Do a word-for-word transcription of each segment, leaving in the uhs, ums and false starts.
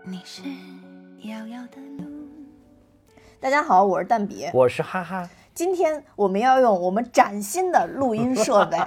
你是遥遥的路。 大家好，我是蛋比， 我是哈哈。 今天我们要用我们崭新的录音设备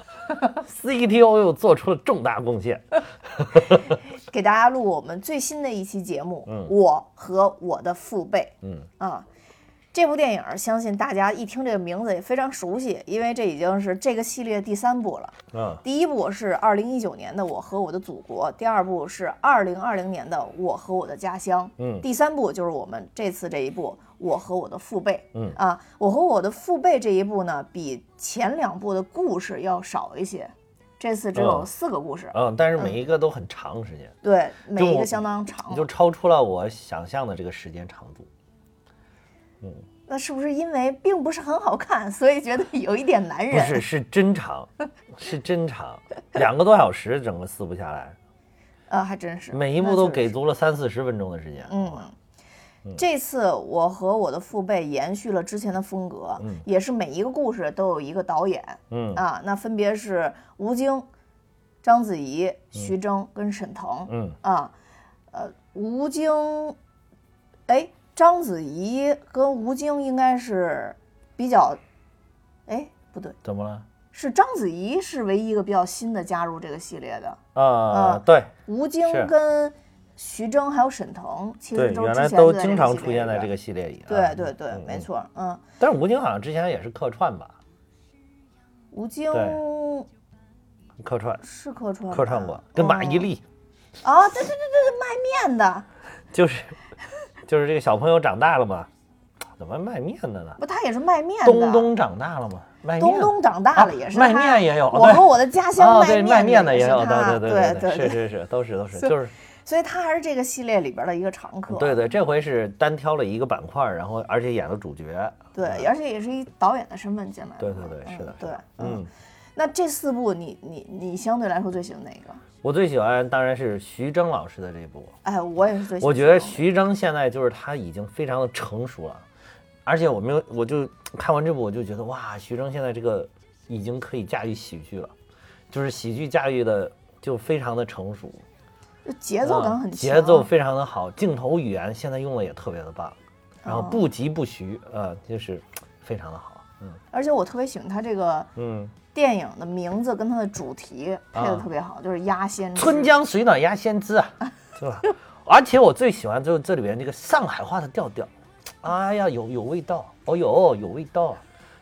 C T O 又做出了重大贡献给大家录我们最新的一期节目、 嗯、 我和我的父辈。 嗯啊，这部电影相信大家一听这个名字也非常熟悉，因为这已经是这个系列第三部了、 嗯、 第一部是二零一九年的我和我的祖国，第二部是二零二零年的我和我的家乡、 嗯、 第三部就是我们这次这一部我和我的父辈。 嗯啊，我和我的父辈这一部呢比前两部的故事要少一些，这次只有四个故事。 嗯，但是每一个都很长时间、 嗯、对，每一个相当长， 就超出了我想象的这个时间长度。嗯， 那是不是因为并不是很好看，所以觉得有一点难忍？ 不是，是真长，是真长，两个多小时，整个四部下来， 呃，还真是， 每一部都给足了三四十分钟的时间。 嗯。嗯，这次我和我的父辈延续了之前的风格、 嗯、 也是每一个故事都有一个导演。 嗯啊，那分别是吴京、章子怡、徐峥跟沈腾。 嗯啊，呃，吴京，哎，章子怡跟吴京应该是比较，哎，不对， 怎么了？ 是章子怡是唯一一个比较新的加入这个系列的。 啊、呃嗯，对， 吴京跟徐峥还有沈腾，其实都原来都经常出现在这个系列里。 对对对、 嗯， 没错，嗯。 但是吴京好像之前也是客串吧？ 吴京客串是客串， 客串过，跟马伊琍。 啊、哦，对对对对，卖面的， 就是就是这个小朋友长大了嘛，怎么卖面的呢？ 不，他也是卖面的。 东东长大了嘛，卖面。 东东长大了也是、 啊、卖面也有。 我和我的家乡卖面、 哦、对，卖面的也有， 对对对对对， 是是是，都是都是，就是。 所以他还是这个系列里边的一个常客。 对对，这回是单挑了一个板块，然后而且演了主角。 对，嗯、而且也是以导演的身份进来的。 对对对，是的。 对， 嗯。 嗯那这四部你你你相对来说最喜欢哪个？ 我最喜欢当然是徐峥老师的这部。 哎，我也是最喜欢。 我觉得徐峥现在就是他已经非常的成熟了，而且我没有，我就看完这部我就觉得哇，徐峥现在这个已经可以驾驭喜剧了，就是喜剧驾驭的就非常的成熟， 节奏感很强、嗯， 节奏非常的好，镜头语言现在用的也特别的棒，然后不疾不徐，呃、哦，就是非常的好。嗯， 而且我特别喜欢他这个嗯电影的名字跟它的主题配的特别好，啊、就是鸭先知， 春江水暖鸭先知啊，是吧？而且我最喜欢就是这里边这个上海话的调调，哎呀，有有味道，哦呦，有味道，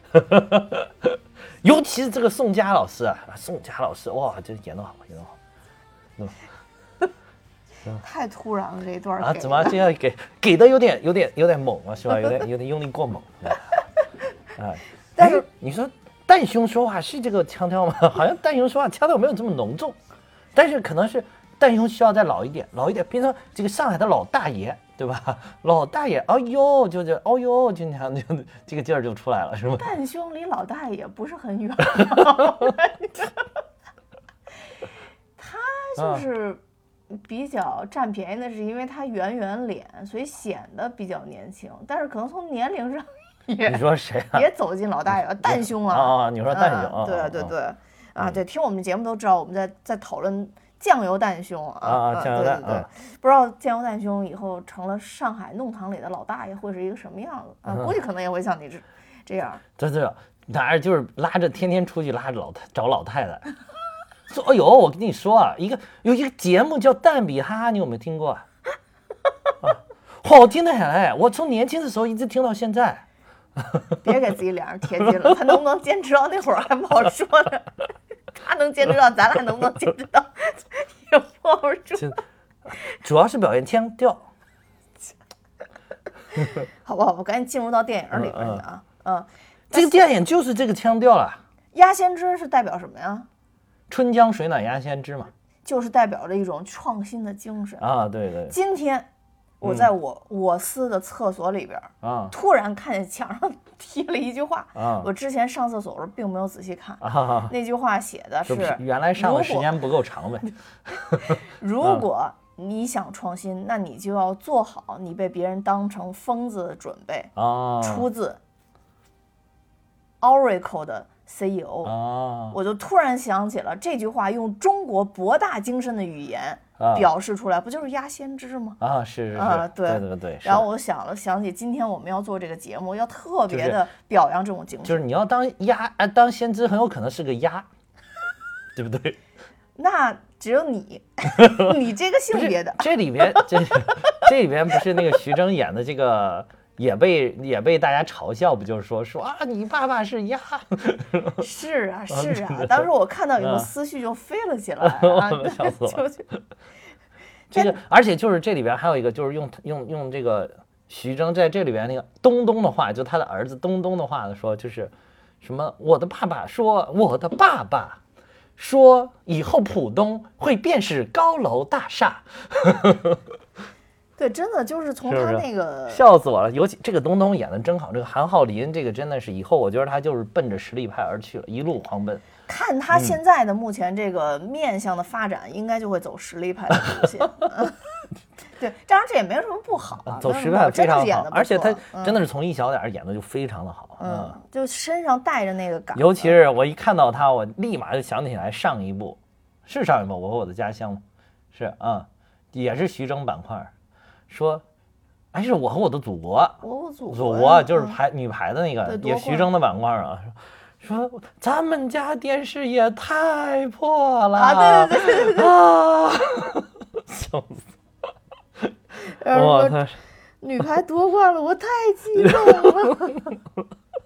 尤其是这个宋佳老师啊，宋佳老师哇，这演得好，演得好， 嗯。太突然了这一段啊！怎么这样给给的有点有点有点猛了是吧？有点有点用力过猛。哎，但是你说蛋兄说话是这个腔调吗？好像蛋兄说话腔调没有这么浓重，但是可能是蛋兄需要再老一点，老一点。比如说这个上海的老大爷，对吧？老大爷，哎呦，就这，哦呦，就那样，就这个劲儿就出来了，是吧？ 蛋兄离老大爷不是很远，他就是比较占便宜的，是因为他圆圆脸，所以顯得比较年轻，但是可能从年龄上。 你说谁啊？ 也走进老大爷，蛋兄啊！ 啊，你说蛋兄啊？ 对对对，啊，对，听我们节目都知道，我们在在讨论酱油蛋兄啊啊，酱油蛋， 对对，不知道酱油蛋兄以后成了上海弄堂里的老大爷会是一个什么样子啊？估计可能也会像你这这样。 对对，哪儿就是拉着天天出去拉着老太找老太太，说哎呦，我跟你说啊，一个有一个节目叫蛋比哈哈，你有没有听过啊？好听的很哎，我从年轻的时候一直听到现在。 别给自己脸上贴金了，他能不能坚持到那会儿还不好说呢。他能坚持到，咱俩能不能坚持到也不好说。 主要是表现腔调。 好不好？我赶紧进入到电影里边去啊。嗯，嗯这个电影就是这个腔调了。 鸭先知是代表什么呀？ 春江水暖鸭先知嘛， 就是代表着一种创新的精神啊。对对。 今天。我在我、嗯、我司的厕所里边啊，突然看见墙上贴了一句话啊，我之前上厕所的时候并没有仔细看啊，那句话写的是原来上的时间不够长呗。 如果你想创新，那你就要做好你被别人当成疯子的准备啊。出自 Oracle 的 C E O 啊，我就突然想起了这句话，用中国博大精深的语言表示出来，不就是鸭先知吗？ 啊，是是是， 啊， 对对对。 然后我想了想起今天我们要做这个节目，要特别的表扬这种精神。 就是你要当鸭，哎，当先知很有可能是个鸭，对不对？ 那只有你，你这个性别的。 这里边这这里边不是那个徐峥演的这个。也被也被大家嘲笑，不就是说说啊，你爸爸是鸭？ 是啊是啊，当时我看到以后思绪就飞了起来啊， 笑死我了。这个，而且就是这里边还有一个，就是用用用这个徐峥在这里边那个东东的话，就他的儿子东东的话的说，就是什么我的爸爸说，我的爸爸说以后浦东会变是高楼大厦。 对，真的就是从他那个是是笑死我了。尤其这个东东演的真好，这个韩浩林这个真的是以后我觉得他就是奔着实力派而去了，一路狂奔。 看他现在的目前这个面向的发展，嗯、应该就会走实力派的路线。对，当然这也没有什么不好、啊， 走实力派非常好，而且他真的是嗯从一小点演的就非常的好， 嗯，嗯就身上带着那个感。 尤其是我一看到他，我立马就想起来上一部，是上一部《我和我的家乡》吗？是啊、嗯，也是徐峥板块。说，哎，是我和我的祖国， 我和祖国，祖国就是排、嗯、女排的那个， 嗯、 也徐峥的板块啊。说咱们家电视也太破了啊！对对对对啊！笑死！ 我操！女排夺冠了，我太激动了。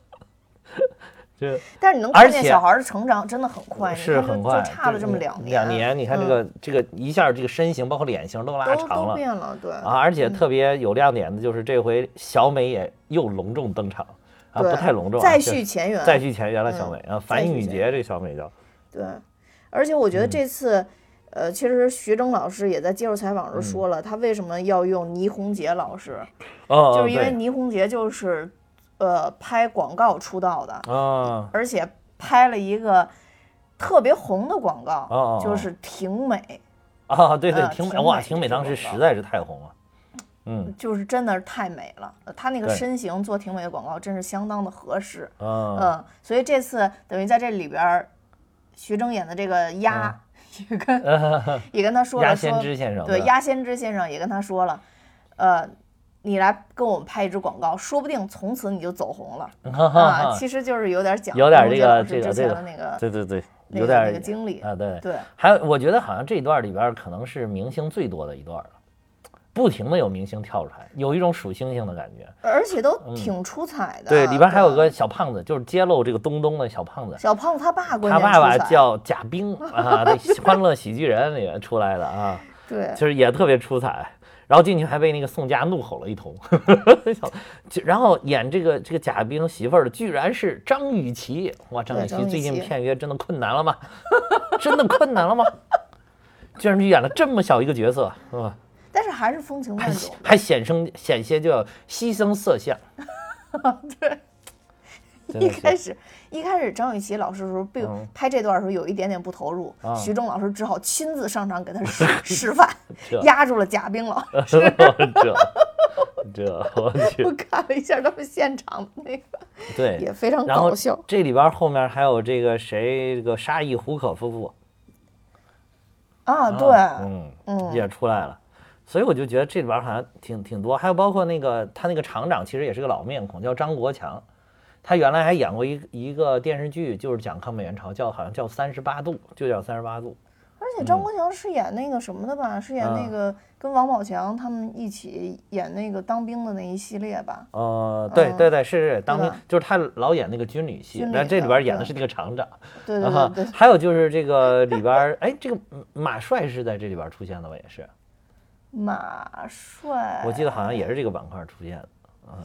但是你能看见小孩的成长真的很快， 是很快， 就差了这么两年。 两年，你看这个、嗯、这个一下，这个身形包括脸型都拉长了， 都变了，对啊！而且特别有亮点的就是这回小美也又隆重登场啊，不太隆重、啊， 再续前缘， 再续前缘了。小美、嗯、啊，樊雨洁这小美叫。 对，而且我觉得这次，嗯、呃，其实徐峥老师也在接受采访时说了，嗯、他为什么要用倪虹洁老师， 哦， 就是因为倪虹洁就是呃拍广告出道的啊， 而且。拍了一个特别红的广告， 哦哦哦就是婷美啊，对对， 呃、 婷美哇，婷美当时实在是太红了，嗯， 就是真的是太美了，她那个身形做婷美的广告真是相当的合适， 嗯嗯，所以这次等于在这里边，徐峥演的这个鸭、嗯、也跟、嗯、也跟他说了， 鸭先知先生对，鸭先知先生也跟他说了，呃。你来跟我们拍一支广告，说不定从此你就走红了啊！其实就是有点讲， 有点这个这个之前的那个， 对对对， 有点那个经历啊，对对。 还有，我觉得好像这一段里边可能是明星最多的一段了，不停的有明星跳出来，有一种数星星的感觉， 而且都挺出彩的。 对，里边还有个小胖子，就是揭露这个东东的小胖子。 小胖子他爸， 他爸爸叫贾冰啊，那《欢乐喜剧人》里面出来的啊， 对， 就是也特别出彩。然后进去还被那个宋佳怒吼了一通，然后演这个这个贾冰媳妇儿的居然是张雨绮，哇，张雨绮最近片约真的困难了吗？真的困难了吗？居然就演了这么小一个角色，是吧？ 但是还是风情万种， 还显生险些就要牺牲色相。 对。一开始，一开始张雨绮老师的时候，并拍这段的时候有一点点不投入， 嗯、 徐峥老师只好亲自上场给他示示范，压住了贾冰老师。 这这我去， 我看了一下他们现场的那个， 对， 也非常搞笑。 这里边后面还有这个谁，这个沙溢胡可夫妇啊，对， 嗯嗯，也出来了。所以我就觉得这里边好像挺挺多，还有包括那个他那个厂长，其实也是个老面孔，叫张国强。他原来还演过一一个电视剧，就是讲抗美援朝，叫好像叫三十八度，就叫三十八度。 而且张国强是演那个什么的吧？嗯、是演那个跟王宝强他们一起演那个当兵的那一系列吧？ 呃，对对对，是是当兵， 嗯、 就是他老演那个军旅戏，但这里边演的是那个厂长。 对对对对。 还有就是这个里边，哎，这个马帅是在这里边出现的吧？也是。 马帅， 我记得好像也是这个板块出现的，嗯。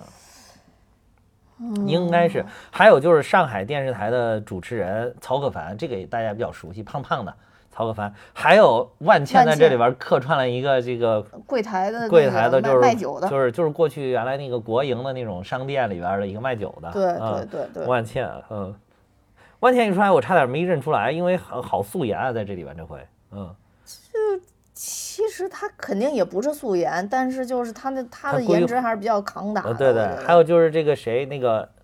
应该是，还有就是上海电视台的主持人曹可凡，这个大家比较熟悉，胖胖的曹可凡，还有万茜在这里边客串了一个这个柜台的柜台的，就是卖酒的， 就是就是过去原来那个国营的那种商店里边的一个卖酒的， 对对对对， 万茜，嗯，万茜一出来我差点没认出来，因为好好素颜啊，在这里边这回，嗯， 就其实他肯定也不是素颜，但是就是他的他的颜值还是比较扛打的。 对对，还有就是这个谁那个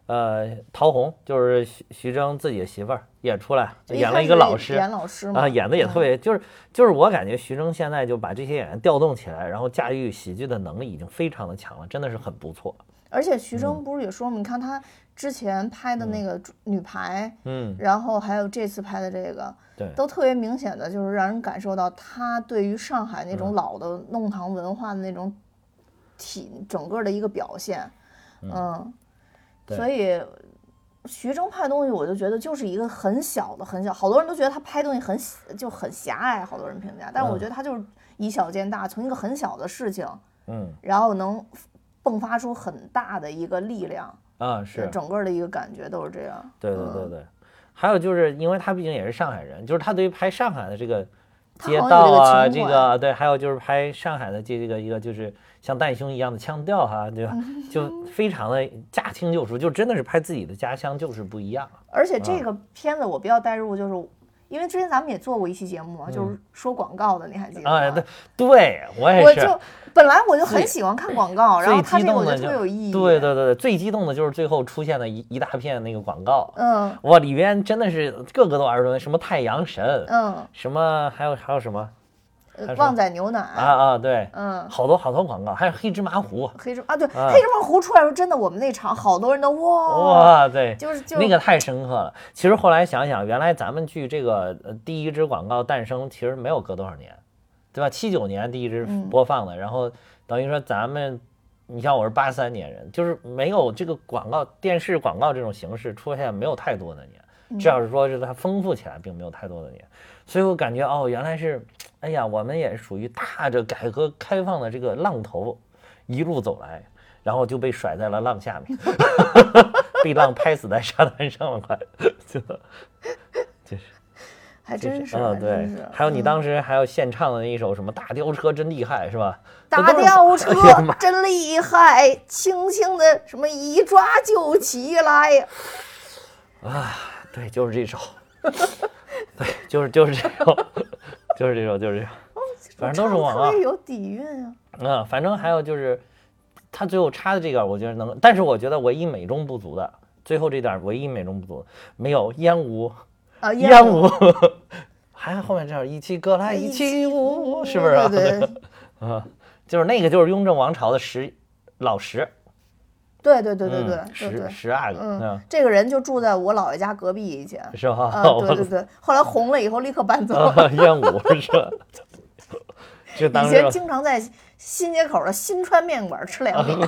呃，陶虹就是徐徐峥自己的媳妇儿也出来演了一个老师， 演老师嘛啊，演的也特别，嗯、就是就是我感觉徐峥现在就把这些演员调动起来，然后驾驭喜剧的能力已经非常的强了，真的是很不错。 而且徐峥不是也说吗？嗯、你看他之前拍的那个女排，嗯，然后还有这次拍的这个， 对， 都特别明显的就是让人感受到他对于上海那种老的弄堂文化的那种体、嗯、整个的一个表现，嗯。嗯所以，徐峥拍东西，我就觉得就是一个很小的、很小，好多人都觉得他拍东西很就很狭隘，好多人评价。但是我觉得他就是以小见大，从一个很小的事情，嗯，然后能迸发出很大的一个力量啊，是整个的一个感觉都是这样。 对对对对，嗯、还有就是因为他毕竟也是上海人，就是他对于拍上海的这个街道啊，这个对，还有就是拍上海的这这个一个就是像蛋兄一样的腔调哈、啊，对吧？就非常的驾轻就熟，就真的是拍自己的家乡就是不一样。 而且这个片子我比较带入，就是因为之前咱们也做过一期节目嘛，嗯、就是说广告的，你还记得吗？ 啊，对，对我也是。 我就本来我就很喜欢看广告，然后他这个我觉得特别有意义。 对对对，最激动的就是最后出现的一一大片那个广告， 嗯， 哇，里边真的是个个都耳熟，什么太阳神，嗯，什么还有还有什么。 旺仔牛奶啊啊对，嗯，好多好多广告，还有黑芝麻糊， 黑芝啊对，啊、黑芝麻糊出来的时候，真的我们那场好多人都哇哇对， 就是就那个太深刻了。其实后来想想，原来咱们距这个呃第一支广告诞生其实没有隔多少年，对吧？七九年第一支播放的，嗯、然后等于说咱们，你像我是八三年人，就是没有这个广告电视广告这种形式出现没有太多的年，至少是说是它丰富起来并没有太多的年。所以我感觉哦，原来是，哎呀，我们也属于踏着改革开放的这个浪头一路走来，然后就被甩在了浪下面，被浪拍死在沙滩上了，快，就就是， 还真是， 嗯，对，还有你当时还有现唱的那一首什么大吊车真厉害是吧？ 大吊车真厉害，轻轻的什么一抓就起来， 啊，对，就是这首。对，就是就是这首，就是这首，就是这首，反正都是广告， 有底蕴啊。 嗯，反正还有就是，他最后插的这个，我觉得能，但是我觉得唯一美中不足的，最后这段唯一美中不足，没有烟雾啊， 烟雾，还有后面这样一起歌来一起舞，是不是、啊？ 对对， 嗯，就是那个就是雍正王朝的石老石。 对对对对对， 嗯、 对对十十阿哥， 嗯，嗯这个人就住在我姥爷家隔壁以前， 是吧？ 啊、嗯，对对对，后来红了以后立刻搬走了。 啊、烟雾是吧？就当以前经常在新街口的新川面馆吃凉面。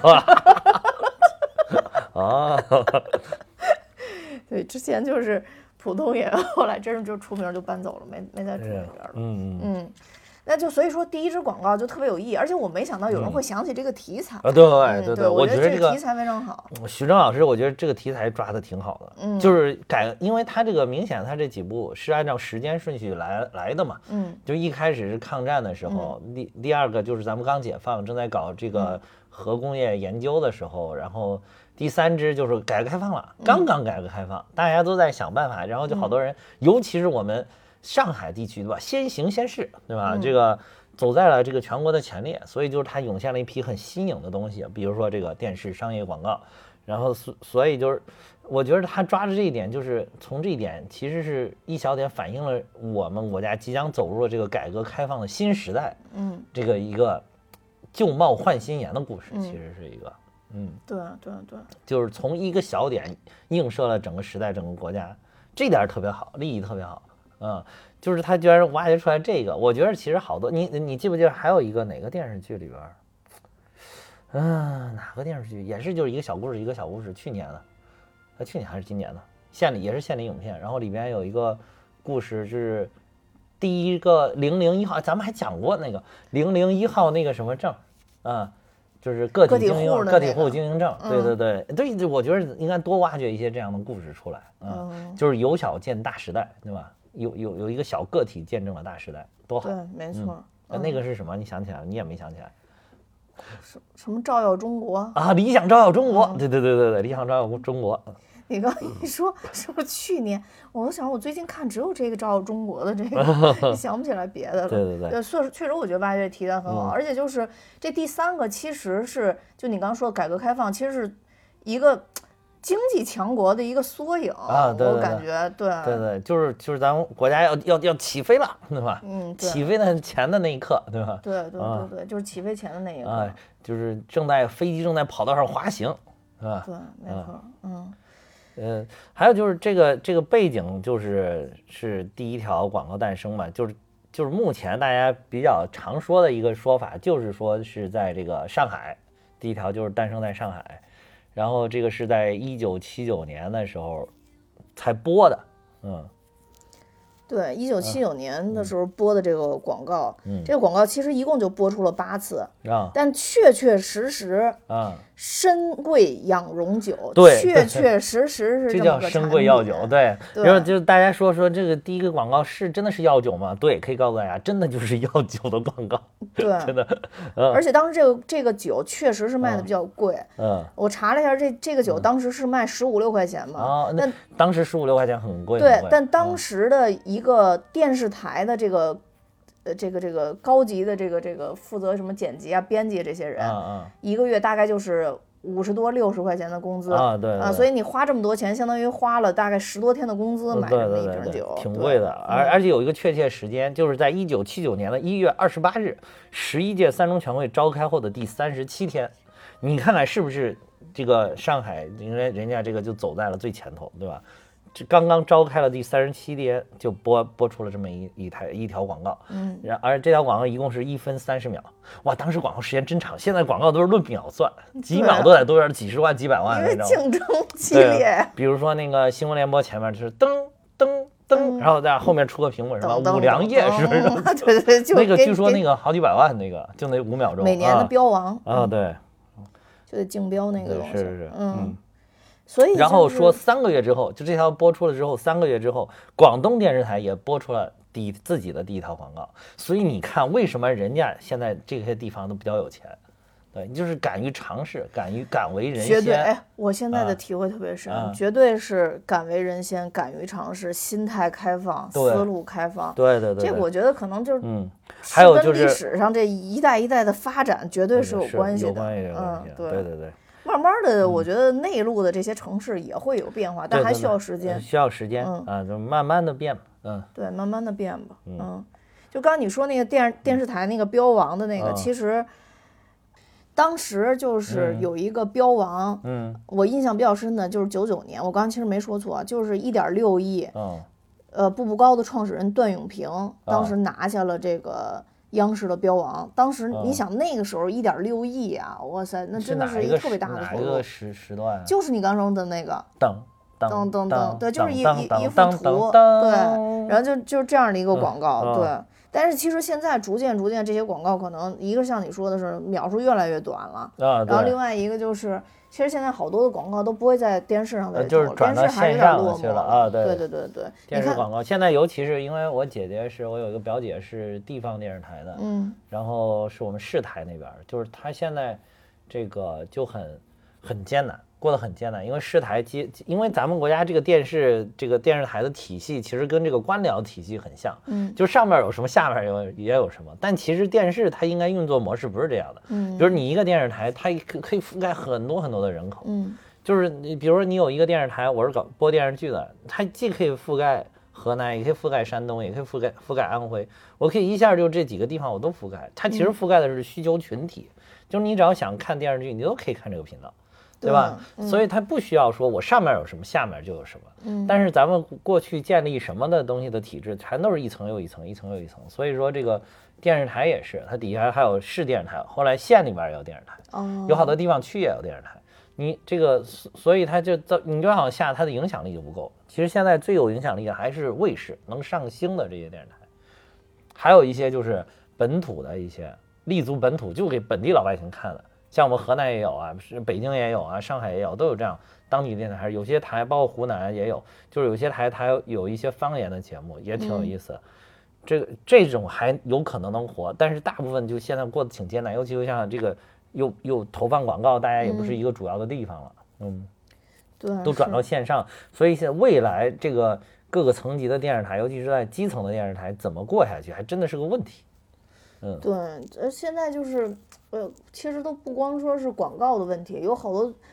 啊， 对，之前就是普通演员，后来真是就出名就搬走了，没没在住那边了。 嗯嗯。那就所以说第一支广告就特别有意义，而且我没想到有人会想起这个题材。 啊，对对对对， 我觉得这个题材非常好。 徐峥老师，我觉得这个题材抓的挺好的，嗯，就是改，因为他这个明显他这几部是按照时间顺序来来的嘛，嗯，就一开始是抗战的时候，第第二个就是咱们刚解放，正在搞这个核工业研究的时候，然后第三支就是改革开放了，刚刚改革开放，大家都在想办法，然后就好多人，尤其是我们上海地区，对吧？先行先试，对吧？ 嗯、 这个走在了这个全国的前列，所以就是它涌现了一批很新颖的东西，比如说这个电视商业广告，然后所所以就是我觉得他抓着这一点，就是从这一点其实是一小点反映了我们国家即将走入了这个改革开放的新时代，嗯，这个一个旧貌换新颜的故事，其实是一个，嗯， 对对对， 就是从一个小点映射了整个时代、整个国家，这点特别好，利益特别好，嗯。就是他居然挖掘出来这个，我觉得其实好多，你你记不记得还有一个哪个电视剧里边，嗯，哪个电视剧也是就是一个小故事一个小故事，去年的，呃，去年还是今年的，县里也是县里影片，然后里边有一个故事是第一个零零一号，咱们还讲过那个零零一号那个什么证，啊、嗯，就是个体经营个体户经营证，对对对对，我觉得应该多挖掘一些这样的故事出来，嗯，嗯就是由小见大时代，对吧？有有有一个小个体见证了大时代，多好！ 对，没错。 嗯、那个是什么？你想起来了？你也没想起来。 什什么照耀中国啊？理想照耀中国。嗯、对对对对对，理想照耀中国。 你刚一说是不是去年？我都想我最近看只有这个照耀中国的这个，想不起来别的了。 对对对。 对，确实确实，我觉得挖掘题材很好，嗯、而且就是这第三个其实是就你刚刚说的改革开放，其实是一个。 经济强国的一个缩影啊，对对对我感觉对对对，就是就是咱们国家要要要起飞了，对吧？ 嗯，对起飞的前的那一刻，对吧？ 对对啊对对，就是起飞前的那一刻， 啊，就是正在飞机正在跑道上滑行，是吧？ 对，没错，嗯。 呃，还有就是这个这个背景就是是第一条广告诞生嘛，就是就是目前大家比较常说的一个说法，就是说是在这个上海，第一条就是诞生在上海，然后这个是在一九七九年的时候才播的，嗯。 对，一九七九年的时候播的这个广告， 嗯、 这个广告其实一共就播出了八次， 啊、 但确确实实啊， 深贵养荣酒， 对， 确确实实是这么个叫深贵药酒，对。 对， 然后就大家说说这个第一个广告是真的是药酒吗？对，可以告诉大家，真的就是药酒的广告， 对， 真的。嗯、 而且当时这个这个酒确实是卖的比较贵， 嗯， 我查了一下，这这个酒当时是卖十五六块钱嘛， 啊、那当时十五六块钱很贵， 对，但当时的一个电视台的这个。呃，这个这个高级的这个这个负责什么剪辑啊、编辑这些人， 啊啊， 一个月大概就是五十多、六十块钱的工资啊，对啊，所以你花这么多钱，相当于花了大概十多天的工资买这么一瓶酒， 挺贵的。而而且有一个确切时间，就是在一九七九年的一月二十八日，十一届三中全会召开后的第三十七天，你看看是不是这个上海，因为人家这个就走在了最前头，对吧？这刚刚召开了第三十七天，就播播出了这么一一台一条广告， 嗯， 然而这条广告一共是一分三十秒，哇，当时广告时间真长，现在广告都是论秒算，几秒都得多少几十万、几百万， 因为竞争激烈。 比如说那个新闻联播前面就是噔噔噔，然后在后面出个屏幕什么五粮液是不是？ 对对，就那个据说那个好几百万，那个就那五秒钟， 每年的标王啊，对， 就得竞标那个东西， 是是是，嗯。 所以、就是， 然后说三个月之后，就这条播出了之后，三个月之后，广东电视台也播出了第自己的第一条广告。所以你看，为什么人家现在这些地方都比较有钱？对，就是敢于尝试，敢于敢为人先。 绝对，哎，我现在的体会特别深， 啊、 绝对是敢为人先，敢于尝试，心态开放，思路开放。 对对 对, 对， 这个我觉得可能就是， 嗯，还有就是历史上这一代一代的发展，绝对是有关系的。 有关系，有关系。 嗯，对对对对。 慢慢的，我觉得内陆的这些城市也会有变化， 嗯、 但还需要时间， 需要时间、 嗯、 啊，就慢慢的变，嗯， 对，慢慢的变吧， 嗯， 嗯就刚刚你说那个电电视台那个标王的那个， 嗯、 其实当时就是有一个标王， 嗯， 我印象比较深的就是九九年，我刚刚其实没说错，就是一点六亿， 嗯， 呃，步步高的创始人段永平当时拿下了这个。央视的标王，当时你想那个时候一点六亿啊，哇塞，那真的是一个特别大的投入。 哪个时时段？ 就是你刚说的那个， 噔噔噔噔，对，就是一一一幅图，对，然后就就是这样的一个广告，对。但是其实现在逐渐逐渐这些广告可能一个像你说的是秒数越来越短了， 啊， 然后另外一个就是。其实现在好多的广告都不会在电视上再投， 就是转到线上去了啊！对对对对对， 电视广告现在尤其是因为我姐姐是我有一个表姐是地方电视台的， 嗯， 然后是我们市台那边，就是她现在这个就很很艰难，过得很艰难，因为市台接，因为咱们国家这个电视这个电视台的体系其实跟这个官僚体系很像， 嗯， 就上面有什么，下面有也有什么，但其实电视它应该运作模式不是这样的， 嗯， 比如你一个电视台，它可可以覆盖很多很多的人口， 嗯， 就是你比如说你有一个电视台，我是搞播电视剧的，它既可以覆盖河南，也可以覆盖山东，也可以覆盖覆盖安徽，我可以一下就这几个地方我都覆盖，它其实覆盖的是需求群体，嗯、就是你只要想看电视剧，你都可以看这个频道。对吧？ 嗯、 所以它不需要说我上面有什么，下面就有什么。 嗯， 但是咱们过去建立什么的东西的体制，全都是一层又一层，一层又一层。所以说这个电视台也是，它底下还有市电视台，后来县里边也有电视台， 哦， 有好多地方区也有电视台。你这个，所以它就你就往下，它的影响力就不够。其实现在最有影响力的还是卫视能上星的这些电视台，还有一些就是本土的一些立足本土，就给本地老百姓看的。像我们河南也有啊，是北京也有啊，上海也有，都有这样当地电台。有些台包括湖南也有，就是有些台台有一些方言的节目，也挺有意思。嗯、这个这种还有可能能活，但是大部分就现在过得挺艰难，尤其就像这个又又投放广告，大家也不是一个主要的地方了，嗯，嗯对， 都转到线上，所以现在未来这个各个层级的电视台，尤其是在基层的电视台，怎么过下去，还真的是个问题。嗯， 对，呃，现在就是，呃，其实都不光说是广告的问题，有好多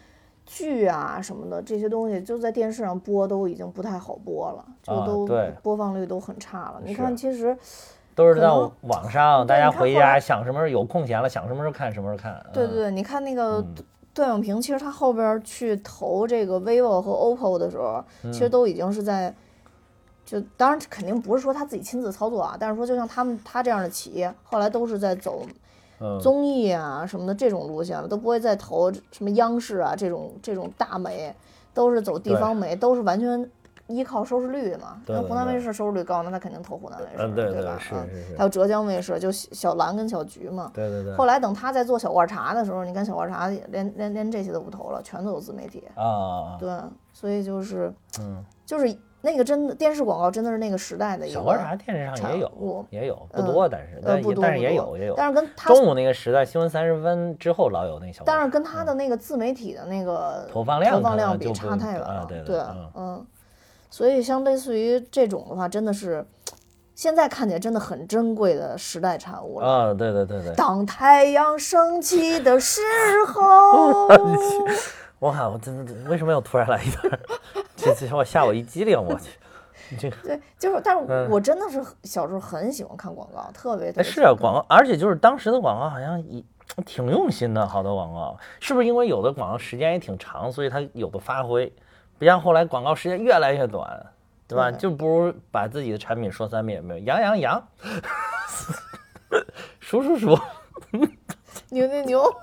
剧啊什么的这些东西，就在电视上播都已经不太好播了，就都、 啊、对播放率都很差了。你看，其实都是在网上，大家回家想什么时候有空闲了，想什么时候看什么时候看。 对对对，嗯、你看那个段永平，其实他后边去投这个 vivo 和 O P P O 的时候， 嗯、 其实都已经是在。就当然肯定不是说他自己亲自操作啊，但是说就像他们他这样的企业，后来都是在走综艺啊什么的这种路线了，都不会再投什么央视啊这种这种大媒，都是走地方媒，都是完全依靠收视率的嘛。那湖南卫视收视率高，那他肯定投湖南卫视， 嗯、对, 对, 对吧？ 是是是。 还有浙江卫视，就小蓝跟小菊嘛。 对对对。 后来等他在做小罐茶的时候，你看小罐茶连连连这些都不投了，全都有自媒体啊。 对，所以就是嗯， 就是。那个真的电视广告真的是那个时代的一个小罐茶，电视上也有，也有不多，但是、 嗯、 但不多但是也有也有。 但是跟他中午那个时代，新闻三十分之后老有那小罐茶。 但是跟他的那个自媒体的那个投放量投放量比差太远了， 啊、对对，嗯, 嗯，所以相类似于这种的话，真的是现在看起来真的很珍贵的时代产物了啊！对对对对。 当太阳升起的时候。 我靠！我真的为什么要突然来一段？这这我吓我一激灵，我去。这个对，就是，但是我真的是小时候很喜欢看广告，嗯、特别特别是啊，广告，而且就是当时的广告好像也挺用心的，好多广告是不是因为有的广告时间也挺长，所以它有的发挥，不像后来广告时间越来越短，对吧？对就不如把自己的产品说三遍，没有羊羊羊，数数数， 牛牛牛。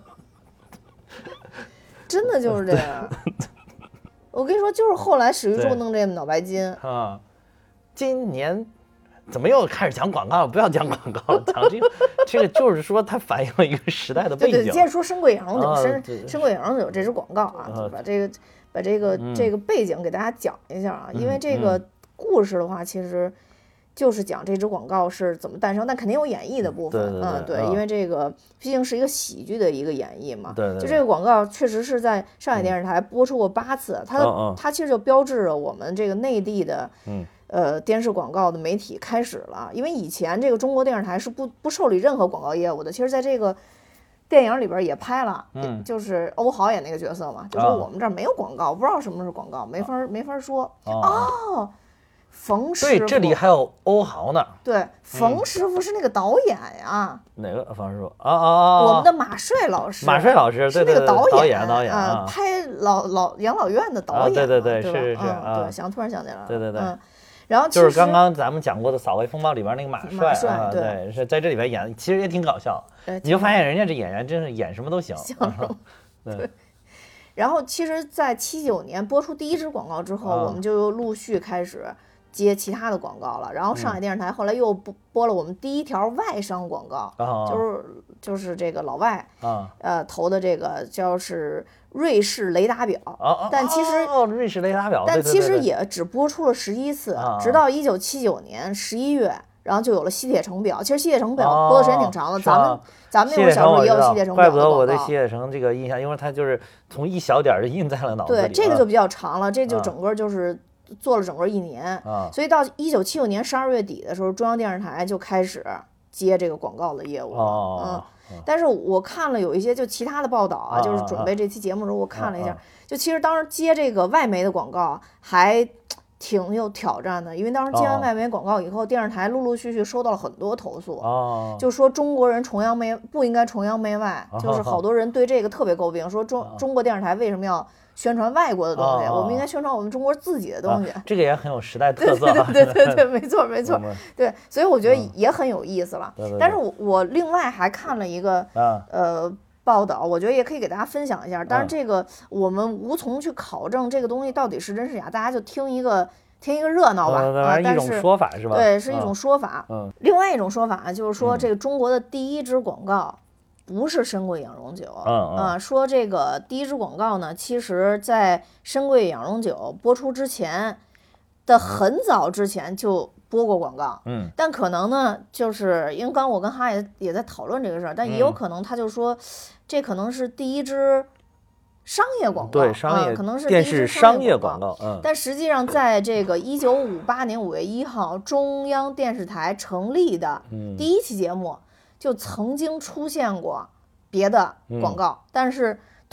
真的就是这样，我跟你说，就是后来史玉柱弄这脑白金啊，今年怎么又开始讲广告了？不要讲广告了，讲这个，这个就是说它反映了一个时代的背景。 对对，接着说深贵羊荣酒，深、 啊、 深贵羊荣酒这支广告啊，就把这个把这个、 嗯、 这个背景给大家讲一下啊，嗯、因为这个故事的话，其实。就是讲这支广告是怎么诞生，但肯定有演绎的部分， 对对对嗯，对， 嗯、 因为这个毕竟是一个喜剧的一个演绎嘛， 对对对就这个广告确实是在上海电视台播出过八次， 嗯、 它、 嗯、 它其实就标志着我们这个内地的， 嗯， 呃，电视广告的媒体开始了，因为以前这个中国电视台是不不受理任何广告业务的，其实在这个电影里边也拍了， 嗯， 就是欧豪演那个角色嘛，就说我们这儿没有广告， 哦、 不知道什么是广告，没法没法说， 哦。 哦冯师傅， 对，这里还有欧豪呢。 对，冯师傅是那个导演呀。 嗯、哪个冯师傅？啊啊啊！ 我们的马帅老师。 马帅老师是那个导演，导演， 导演啊，拍老老养老院的导演。 啊、对对对， 对是是是啊，对，想突然想起来了。 对对对。 嗯，然后就是刚刚咱们讲过的《扫黑风暴》里边那个马帅， 马帅啊、对，是在这里边演，其实也挺搞笑。你就发现人家这演员真是演什么都行。 对。然后，其实，在七九年播出第一支广告之后， 啊、 我们就陆续开始。接其他的广告了，然后上海电视台后来又播播了我们第一条外商广告， 嗯、 就是就是这个老外啊、 呃投的这个叫是瑞士雷达表， 哦、 但其实哦瑞士雷达表， 但其实对对对也只播出了十一次， 啊、 直到一九七九年十一月，然后就有了西铁城表。其实西铁城表播的时间挺长的， 哦、 咱们咱们那会儿小时候也有西铁城表的广告。 怪不得我对西铁城这个印象，因为它就是从一小点就印在了脑子里。 对，这个就比较长了，这就整个就是做了整个一年。 啊、 所以到一九七九年十二月底的时候，中央电视台就开始接这个广告的业务了。 哦、 嗯。但是我看了有一些就其他的报道啊，就是准备这期节目的时候我看了一下，就其实当时接这个外媒的广告还挺有挑战的，因为当时接完外媒广告以后，电视台陆陆续续收到了很多投诉，就说中国人崇洋媚不应该崇洋媚外，就是好多人对这个特别诟病，说中中国电视台为什么要宣传外国的东西，我们应该宣传我们中国自己的东西。 这个也很有时代特色。 对对对对，没错没错，对，所以我觉得也很有意思了。但是我我另外还看了一个呃报道，我觉得也可以给大家分享一下。当然这个我们无从去考证这个东西到底是真是假，大家就听一个听一个热闹吧。啊， 一种说法是吧？ 对，是一种说法。 嗯。 另外一种说法就是说，这个中国的第一支广告不是深贵养荣酒。 嗯啊，说这个第一支广告呢，其实在深贵养荣酒播出之前的很早之前就播过广告。 嗯。 但可能呢，就是因为刚我跟哈也也在讨论这个事儿，但也有可能他就说，这可能是第一支商业广告， 对，商业、 嗯、可能是电视商业广告。嗯。 但实际上，在这个一九五八年五月一号中央电视台成立的第一期节目，就曾经出现过别的广告， 嗯、 但是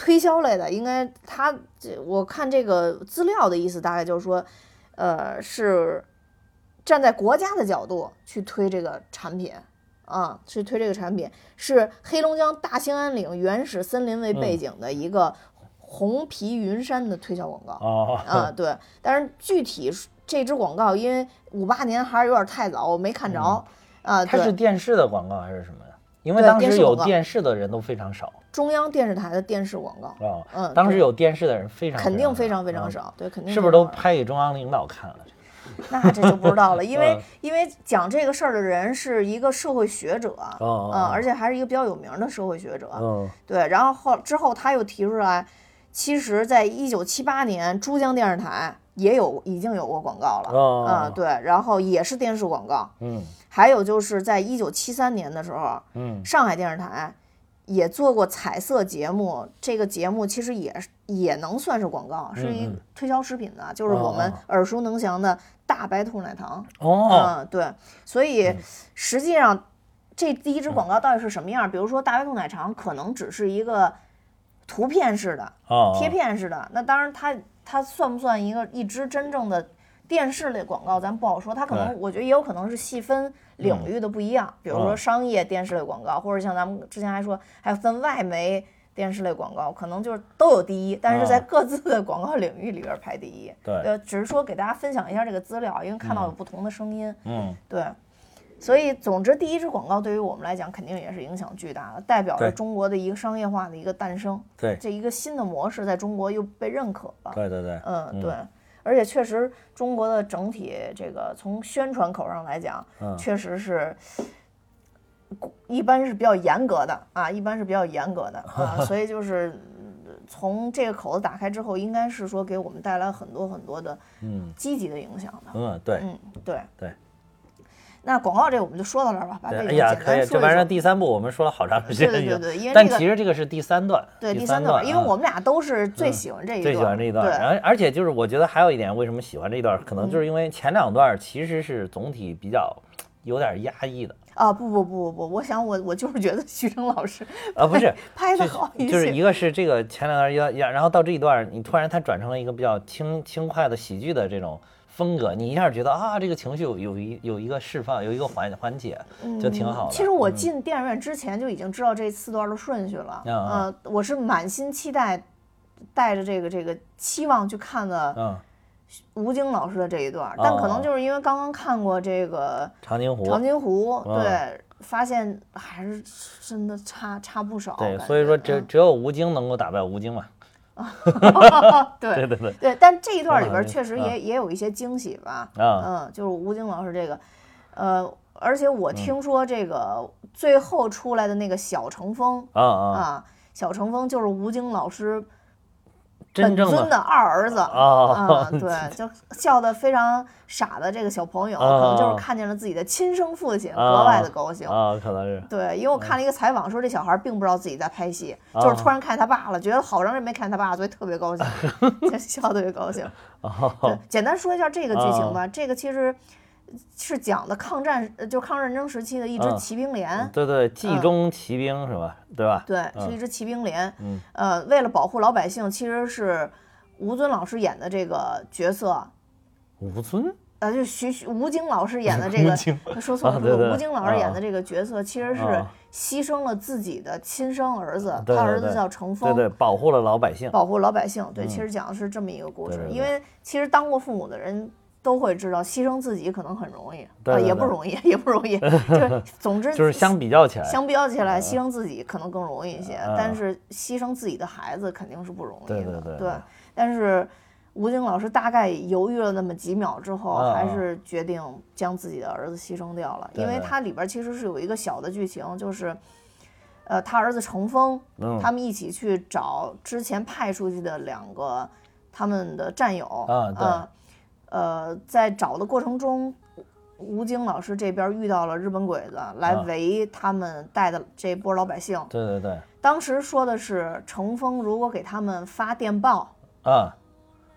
推销类的，应该他我看这个资料的意思，大概就是说，呃，是站在国家的角度去推这个产品啊，去推这个产品，是黑龙江大兴安岭原始森林为背景的一个红皮云山的推销广告、 哦、 啊，对，但是具体这支广告，因为五八年还是有点太早，我没看着、嗯、啊。 它是电视的广告还是什么呀？因为当时有电视的人都非常少。 中央电视台的电视广告哦，嗯，当时有电视的人非常肯定非常非常少，对，肯定是不是都拍给中央领导看了？ 那这就不知道了，因为、嗯、因为讲这个事儿的人是一个社会学者，嗯、 哦呃，而且还是一个比较有名的社会学者， 嗯， 对，然后后之后他又提出来，其实在一九七八年珠江电视台也有已经有过广告了， 哦， 嗯，对，然后也是电视广告， 嗯， 还有就是在一九七三年的时候， 嗯， 上海电视台也做过彩色节目，这个节目其实也也能算是广告，是一推销食品的，嗯、就是我们耳熟能详的大白兔奶糖。 哦， 嗯，对，所以实际上这第一支广告到底是什么样？比如说大白兔奶糖可能只是一个图片式的、 哦、 贴片式的，那当然它它算不算一个一支真正的电视类广告，咱不好说。它可能我觉得也有可能是细分领域的不一样，嗯、比如说商业电视类广告，或者像咱们之前还说还分外媒电视类广告，可能就是都有第一，但是在各自的广告领域里边排第一。 对， 呃，只是说给大家分享一下这个资料，因为看到有不同的声音。 嗯， 对。所以，总之，第一支广告对于我们来讲，肯定也是影响巨大的，代表着中国的一个商业化的一个诞生。 对， 这一个新的模式在中国又被认可了。 对对对， 嗯，对。而且确实，中国的整体这个从宣传口上来讲， 嗯、 确实是一般是比较严格的啊，一般是比较严格的啊，所以就是从这个口子打开之后，应该是说给我们带来很多很多的嗯积极的影响的。 嗯，对， 嗯，对对。 那广告这我们就说到这儿吧，把背景哎呀，可以，这玩意儿第三部我们说了好长时间了， 对对对，因为、这个、 但其实这个是第三段， 对第三段，因为我们俩都是最喜欢这一段， 嗯、最喜欢这一段。然后，而且就是我觉得还有一点，为什么喜欢这一段，可能就是因为前两段其实是总体比较有点压抑的。 啊不不不不不，我想我我就是觉得徐峥老师啊不是拍的好一些， 就是一个是这个前两段压压，然后到这一段你突然它转成了一个比较轻轻快的喜剧的这种风格，你一下觉得啊这个情绪有有一有一个释放，有一个缓缓解，就挺好的。 嗯、其实我进电影院之前就已经知道这四段的顺序了，嗯、呃，我是满心期待，带着这个这个期望去看的。 嗯。 吴京老师的这一段，但可能就是因为刚刚看过这个长津湖， 长津湖，对，发现还是真的差差不少。 对，所以说只只有吴京能够打败吴京嘛。 对对对对对，但这一段里边确实也也有一些惊喜吧。嗯，就是吴京老师这个，呃，而且我听说这个最后出来的那个小乘风啊啊，小乘风就是吴京老师。 真正的二儿子啊、 哦嗯，对，就笑得非常傻的这个小朋友， 哦、 可能就是看见了自己的亲生父亲，哦、格外的高兴啊、哦，可能是对，因为我看了一个采访，说这小孩并不知道自己在拍戏，哦、就是突然看见他爸了，觉得好长时间没看见他爸，所以特别高兴，笑得特别高兴。 哦、 对，简单说一下这个剧情吧，哦、这个其实。是讲的抗战，就抗日战争时期的一支骑兵连， 嗯、对对，冀中骑兵、嗯、是吧？对吧？ 对，是一支骑兵连。 嗯， 呃，为了保护老百姓，其实是吴尊老师演的这个角色。 吴尊？ 呃，就徐徐吴京老师演的这个，说错了，说错了。吴京老师演的这个角色，其实是牺牲了自己的亲生儿子， 啊、 他儿子叫乘风， 对对，保护了老百姓， 保护老百姓。对， 嗯、 其实讲的是这么一个故事。 对对对， 因为其实当过父母的人。都会知道牺牲自己可能很容易， 对对对啊，也不容易，也不容易。就是总之就是相比较起来， 相比较起来，牺牲自己可能更容易一些，嗯、但是牺牲自己的孩子肯定是不容易的。 对对对。 对，但是吴京老师大概犹豫了那么几秒之后， 嗯、 还是决定将自己的儿子牺牲掉了， 对对， 因为它里边其实是有一个小的剧情，就是呃，他儿子乘风， 嗯、 他们一起去找之前派出去的两个他们的战友， 啊，对。 呃呃，在找的过程中，吴京老师这边遇到了日本鬼子来围他们带的这波老百姓。 啊、对对对。 当时说的是乘风如果给他们发电报啊，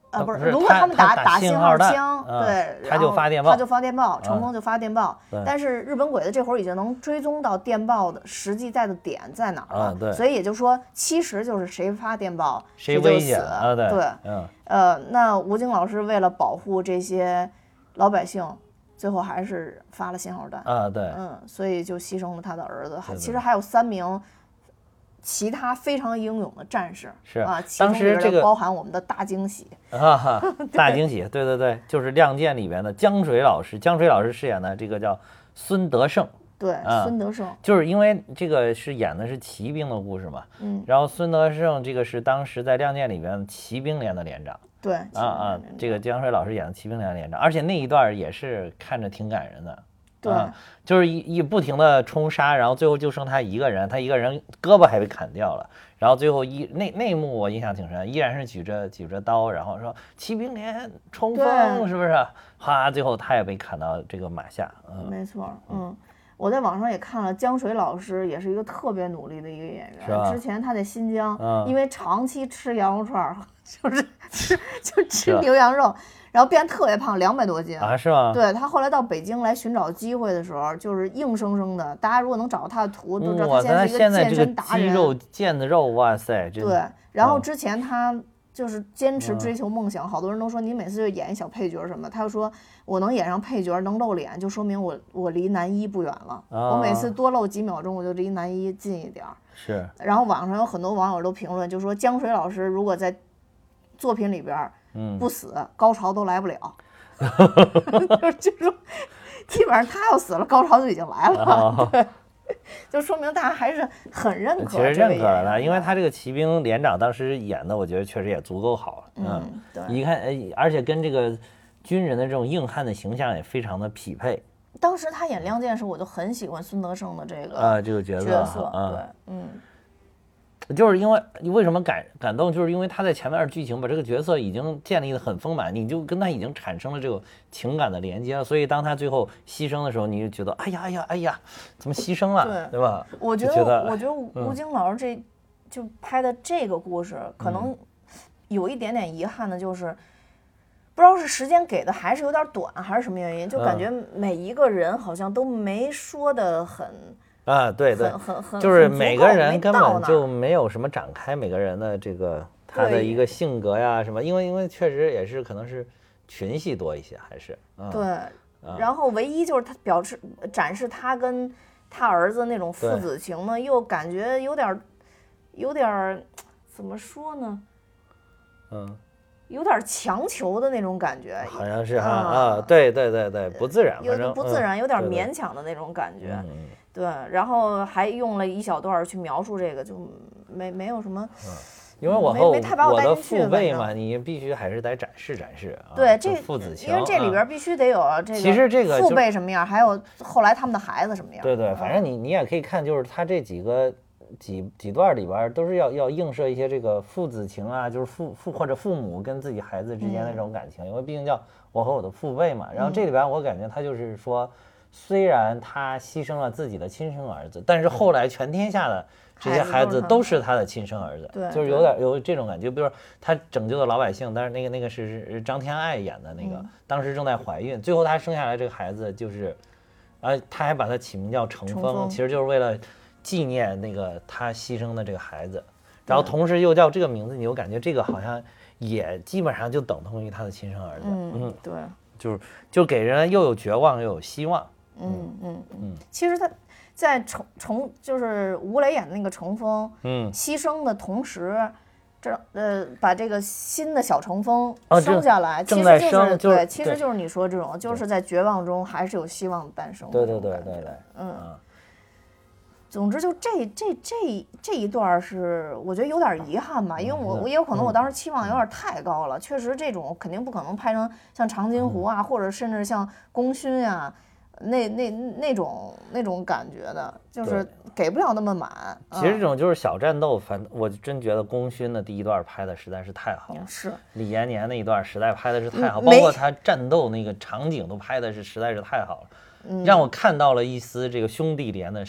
啊，不是， 不是如果他们打他打信号弹枪， 嗯对， 他就然后发电报他就发电报，成功就发电报。 对但是日本鬼子这会儿已经能追踪到电报的实际在的点在哪儿了， 嗯对所以也就是说，其实就是谁发电报谁就死危险啊？对对， 嗯， 呃，那吴京老师为了保护这些老百姓，最后还是发了信号弹， 啊对， 嗯，所以就牺牲了他的儿子。还对对其实还有三名其他非常英勇的战士， 是啊，其当中里边时这个包含我们的大惊喜。 啊哈，大惊喜，对对对，就是《亮剑》里边的江水老师，江水老师饰演的这个叫孙德胜， 对， 啊孙德胜， 就是因为这个是演的是骑兵的故事嘛， 嗯， 然后孙德胜这个是当时在《亮剑》里边骑兵连的连长， 对， 啊啊，这个江水老师演的骑兵连的连长，而且那一段也是看着挺感人的。 对、 啊，就是一一不停的冲杀，然后最后就剩他一个人，他一个人胳膊还被砍掉了，然后最后一那那一幕我印象挺深，依然是举着举着刀，然后说骑兵连冲锋，是不是？哈，最后他也被砍到这个马下，嗯， 没错，嗯。我在网上也看了，江水老师也是一个特别努力的一个演员。之前他在新疆， 嗯、 因为长期吃羊肉串，就是吃就吃牛羊肉，然后变得特别胖，两百多斤啊，是吗？ 对，他后来到北京来寻找机会的时候，就是硬生生的，大家如果能找到他的图，都知道他现在是一个健身达人。 肌肉腱子肉，哇塞！ 对，然后之前他就是坚持追求梦想，嗯、好多人都说你每次就演一小配角什么，他就说我能演上配角，能露脸，就说明我我离男一不远了。啊、我每次多露几秒钟，我就离男一近一点。 是。 然后网上有很多网友都评论，就说江水老师如果在作品里边不死，嗯、高潮都来不了。就是基本上他要死了，高潮就已经来了。哦、对。就说明大家还是很认可， 其实认可了，因为他这个骑兵连长当时演的，我觉得确实也足够好， 嗯，嗯对， 一看，而且跟这个军人的这种硬汉的形象也非常的匹配。 当时他演《亮剑》时，我就很喜欢孙德胜的这个啊这个角色， 角色， 啊、 对，嗯。 就是因为你为什么感感动，就是因为他在前面的剧情把这个角色已经建立的很丰满，你就跟他已经产生了这个情感的连接了，所以当他最后牺牲的时候，你就觉得哎呀哎呀哎呀，怎么牺牲了，对, 对吧？ 我觉得， 觉得我觉得吴京老师这、嗯、就拍的这个故事，可能有一点点遗憾的就是，嗯、不知道是时间给的还是有点短，还是什么原因，就感觉每一个人好像都没说的很。 啊，对对， 很很就是每个人根本就没有什么展开每个人的这个他的一个性格呀什么，因为因为确实也是可能是群戏多一些，还是、嗯、 对、嗯，然后唯一就是他表示展示他跟他儿子那种父子情呢，又感觉有点有点怎么说呢？ 嗯。 有点强求的那种感觉， 好像是哈 啊, 啊，对对对对，不自然， 有点不自然， 嗯、 有点勉强的那种感觉， 对, 对, 对, 对，然后还用了一小段去描述这个，就没没有什么， 嗯、因为我和我我的父辈嘛，你必须还是得展示展示啊， 对，这父子情， 因为这里边必须得有这个， 其实这个父辈什么样，还有后来他们的孩子什么样， 对对，反正你你也可以看，就是他这几个。几几段里边都是要要映射一些这个父子情啊，就是父父或者父母跟自己孩子之间的这种感情，嗯、因为毕竟叫我和我的父辈嘛。然后这里边我感觉他就是说，虽然他牺牲了自己的亲生儿子，但是后来全天下的这些孩子都是他的亲生儿子， 对， 就是有点有这种感觉。比如说他拯救的老百姓，但是那个那个是张天爱演的那个， 嗯、 当时正在怀孕，最后他生下来这个孩子就是，呃，他还把他起名叫程峰，其实就是为了。纪念那个他牺牲的这个孩子，然后同时又叫这个名字，你就感觉这个好像也基本上就等同于他的亲生儿子。 嗯，嗯对， 就是就给人又有绝望又有希望。 嗯嗯嗯。其实他在程程就是吴磊演的那个程峰，嗯，牺牲的同时，这呃把这个新的小程峰生下来， 哦、 其实就是对，其实就是你说这种，就是在绝望中还是有希望诞生的。 对对对对对， 嗯。嗯总之，就这这这这一段是我觉得有点遗憾吧，因为我我也有可能我当时期望有点太高了，确实这种肯定不可能拍成像长津湖啊，或者甚至像功勋啊，那那那种那种感觉的，就是给不了那么满。 其实这种就是小战斗，反我真觉得功勋的第一段拍的实在是太好了， 是李延年那一段实在拍的是太好，包括他战斗那个场景都拍的是实在是太好了，让我看到了一丝这个兄弟连的身影。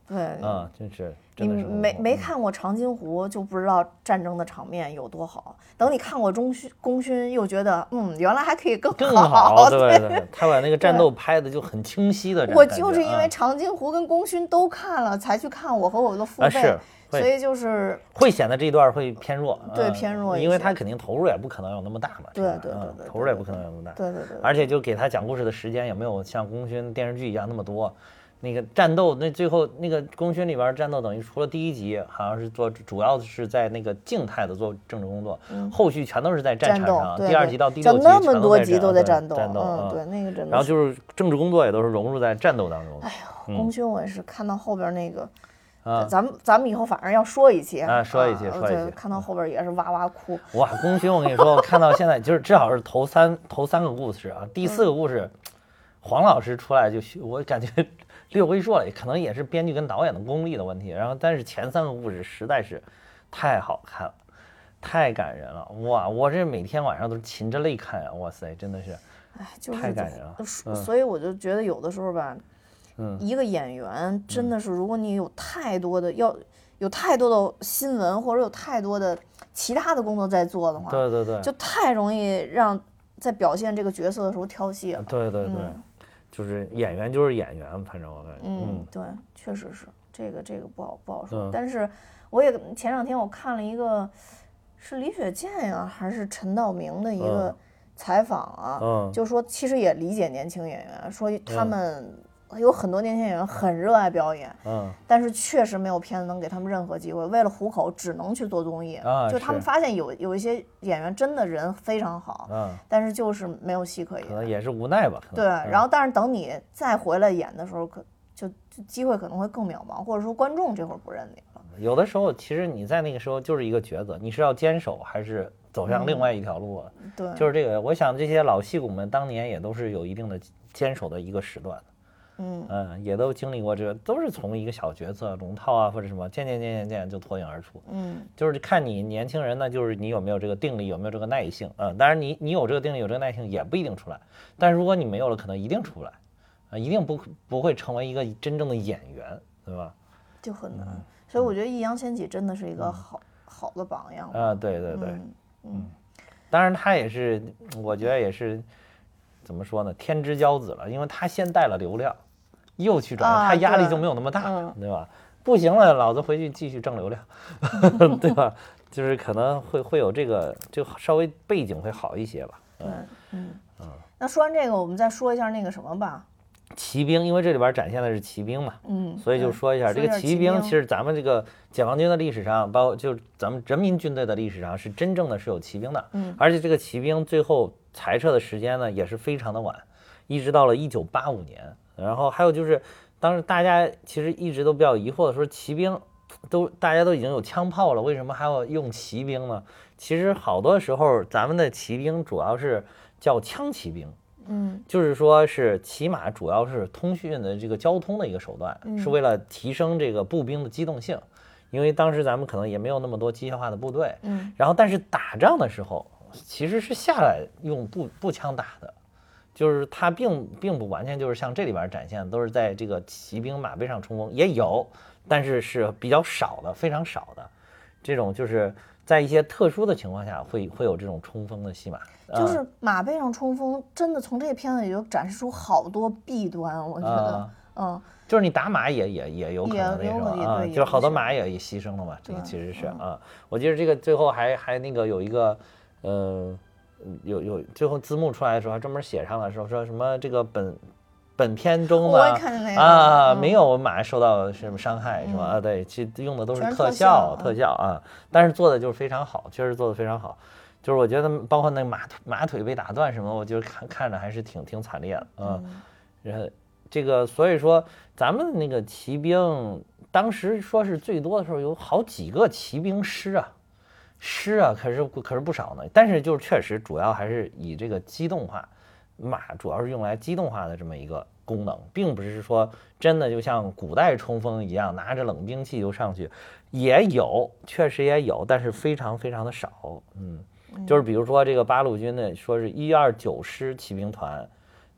对， 啊，真是， 你真的是没没看过长津湖就不知道战争的场面有多好，等你看过中勋功勋又觉得嗯原来还可以更好。 更好，对对，他把那个战斗拍的就很清晰的。 我就是因为长津湖跟功勋都看了，才去看我和我的父辈。 啊是。 所以就是会显得这一段会偏弱， 对偏弱一些， 因为他肯定投入也不可能有那么大嘛， 对对对对， 投入也不可能有那么大， 对对对， 而且就给他讲故事的时间也没有像功勋电视剧一样那么多，那个战斗那最后那个功勋里边战斗等于除了第一集好像是做主要是在那个静态的做政治工作， 嗯、 后续全都是在战场上， 对对第二集到第六集那么多集都在战斗， 战斗， 嗯， 对那个真的， 然后就是政治工作也都是融入在战斗当中。 哎呦，功勋我也是看到后边那个。 啊， 咱们咱们以后反正要说一期啊，说一期， 啊、 说一期。 看到后边也是哇哇哭。 哇，功勋，我跟你说，我看到现在就是至少是头三头三个故事啊，第四个故事，嗯、黄老师出来就我感觉略微弱了，可能也是编剧跟导演的功力的问题。然后，但是前三个故事实在是太好看了，太感人了。哇，我这每天晚上都是噙着泪看啊，哇塞，真的是， 哎，就是太感人了。 嗯、所以我就觉得有的时候吧。 嗯， 一个演员真的是，如果你有太多的、嗯、要有太多的新闻或者有太多的其他的工作在做的话， 对对对， 就太容易让在表现这个角色的时候跳戏了。 对对对， 嗯、 就是演员就是演员，反正我感觉， 嗯， 嗯对，确实是这个这个不好不好说。 嗯、 但是我也前两天我看了一个是李雪健呀、啊、还是陈道明的一个采访啊， 嗯、 就说其实也理解年轻演员，说他们。嗯有很多年轻演员很热爱表演， 嗯， 但是确实没有片子能给他们任何机会，为了糊口只能去做综艺。 啊， 就他们发现有有一些演员真的人非常好， 嗯， 但是就是没有戏可演， 可能也是无奈吧。 对，嗯、然后但是等你再回来演的时候，可就就机会可能会更渺茫，或者说观众这会儿不认你了。 有的时候其实你在那个时候就是一个抉择，你是要坚守还是走向另外一条路？ 嗯、对， 就是这个。我想这些老戏骨们当年也都是有一定的坚守的一个时段的。 嗯嗯，也都经历过这个，都是从一个小角色龙套啊或者什么渐渐渐渐渐就脱颖而出。 嗯， 就是看你年轻人呢，就是你有没有这个定力，有没有这个耐性。嗯，当然你你有这个定力，有这个耐性也不一定出来，但是如果你没有了，可能一定出来，啊，一定不不会成为一个真正的演员，对吧？ 就很难。嗯、所以我觉得易烊千玺真的是一个好、嗯、好的榜样。 啊，对对对， 嗯，嗯当然他也是，我觉得也是。怎么说呢？天之骄子了，因为他先带了流量，又去转， 啊、 他压力就没有那么大， 对,、 嗯、对吧？不行了，老子回去继续挣流量，对吧？就是可能会会有这个，就稍微背景会好一些吧。 对，嗯嗯。那说完这个，我们再说一下那个什么吧。 骑兵，因为这里边展现的是骑兵嘛， 嗯， 所以就说一下这个骑兵。其实咱们这个解放军的历史上，包括就咱们人民军队的历史上，是真正的是有骑兵的， 嗯， 而且这个骑兵最后裁撤的时间呢，也是非常的晚，一直到了一九八五年。然后还有就是，当时大家其实一直都比较疑惑的说，骑兵都大家都已经有枪炮了，为什么还要用骑兵呢？其实好多时候咱们的骑兵主要是叫枪骑兵。 嗯， 就是说是骑马主要是通讯的这个交通的一个手段， 嗯、 是为了提升这个步兵的机动性，因为当时咱们可能也没有那么多机械化的部队， 嗯， 然后但是打仗的时候其实是下来用步步枪打的，就是它并并不完全就是像这里边展现都是在这个骑兵马背上冲锋，也有，但是是比较少的，非常少的，这种就是在一些特殊的情况下会会有这种冲锋的戏码。 就是马背上冲锋，真的从这个片子里就展示出好多弊端，我觉得， 啊、 嗯， 就是你打马也也也有可能那什么啊，就是好多马也也牺牲了嘛，这个其实是、 嗯、 啊，我记得这个最后还还那个有一个，呃，有有最后字幕出来的时候还专门写上了说说什么这个本本片中呢啊、 嗯、 没有马受到什么伤害、嗯、是吧？啊，对，其实用的都是特效特效啊，但是做的就是非常好，确实做的非常好。就是我觉得包括那个马马腿被打断什么，我就看看着还是挺挺惨烈的啊。然后、嗯、这个所以说咱们那个骑兵当时说是最多的时候有好几个骑兵师啊，师啊可是可是不少呢。但是就是确实主要还是以这个机动化，马主要是用来机动化的这么一个功能，并不是说真的就像古代冲锋一样拿着冷兵器就上去，也有确实也有，但是非常非常的少，嗯。就是比如说这个八路军呢，说是一二九师骑兵团，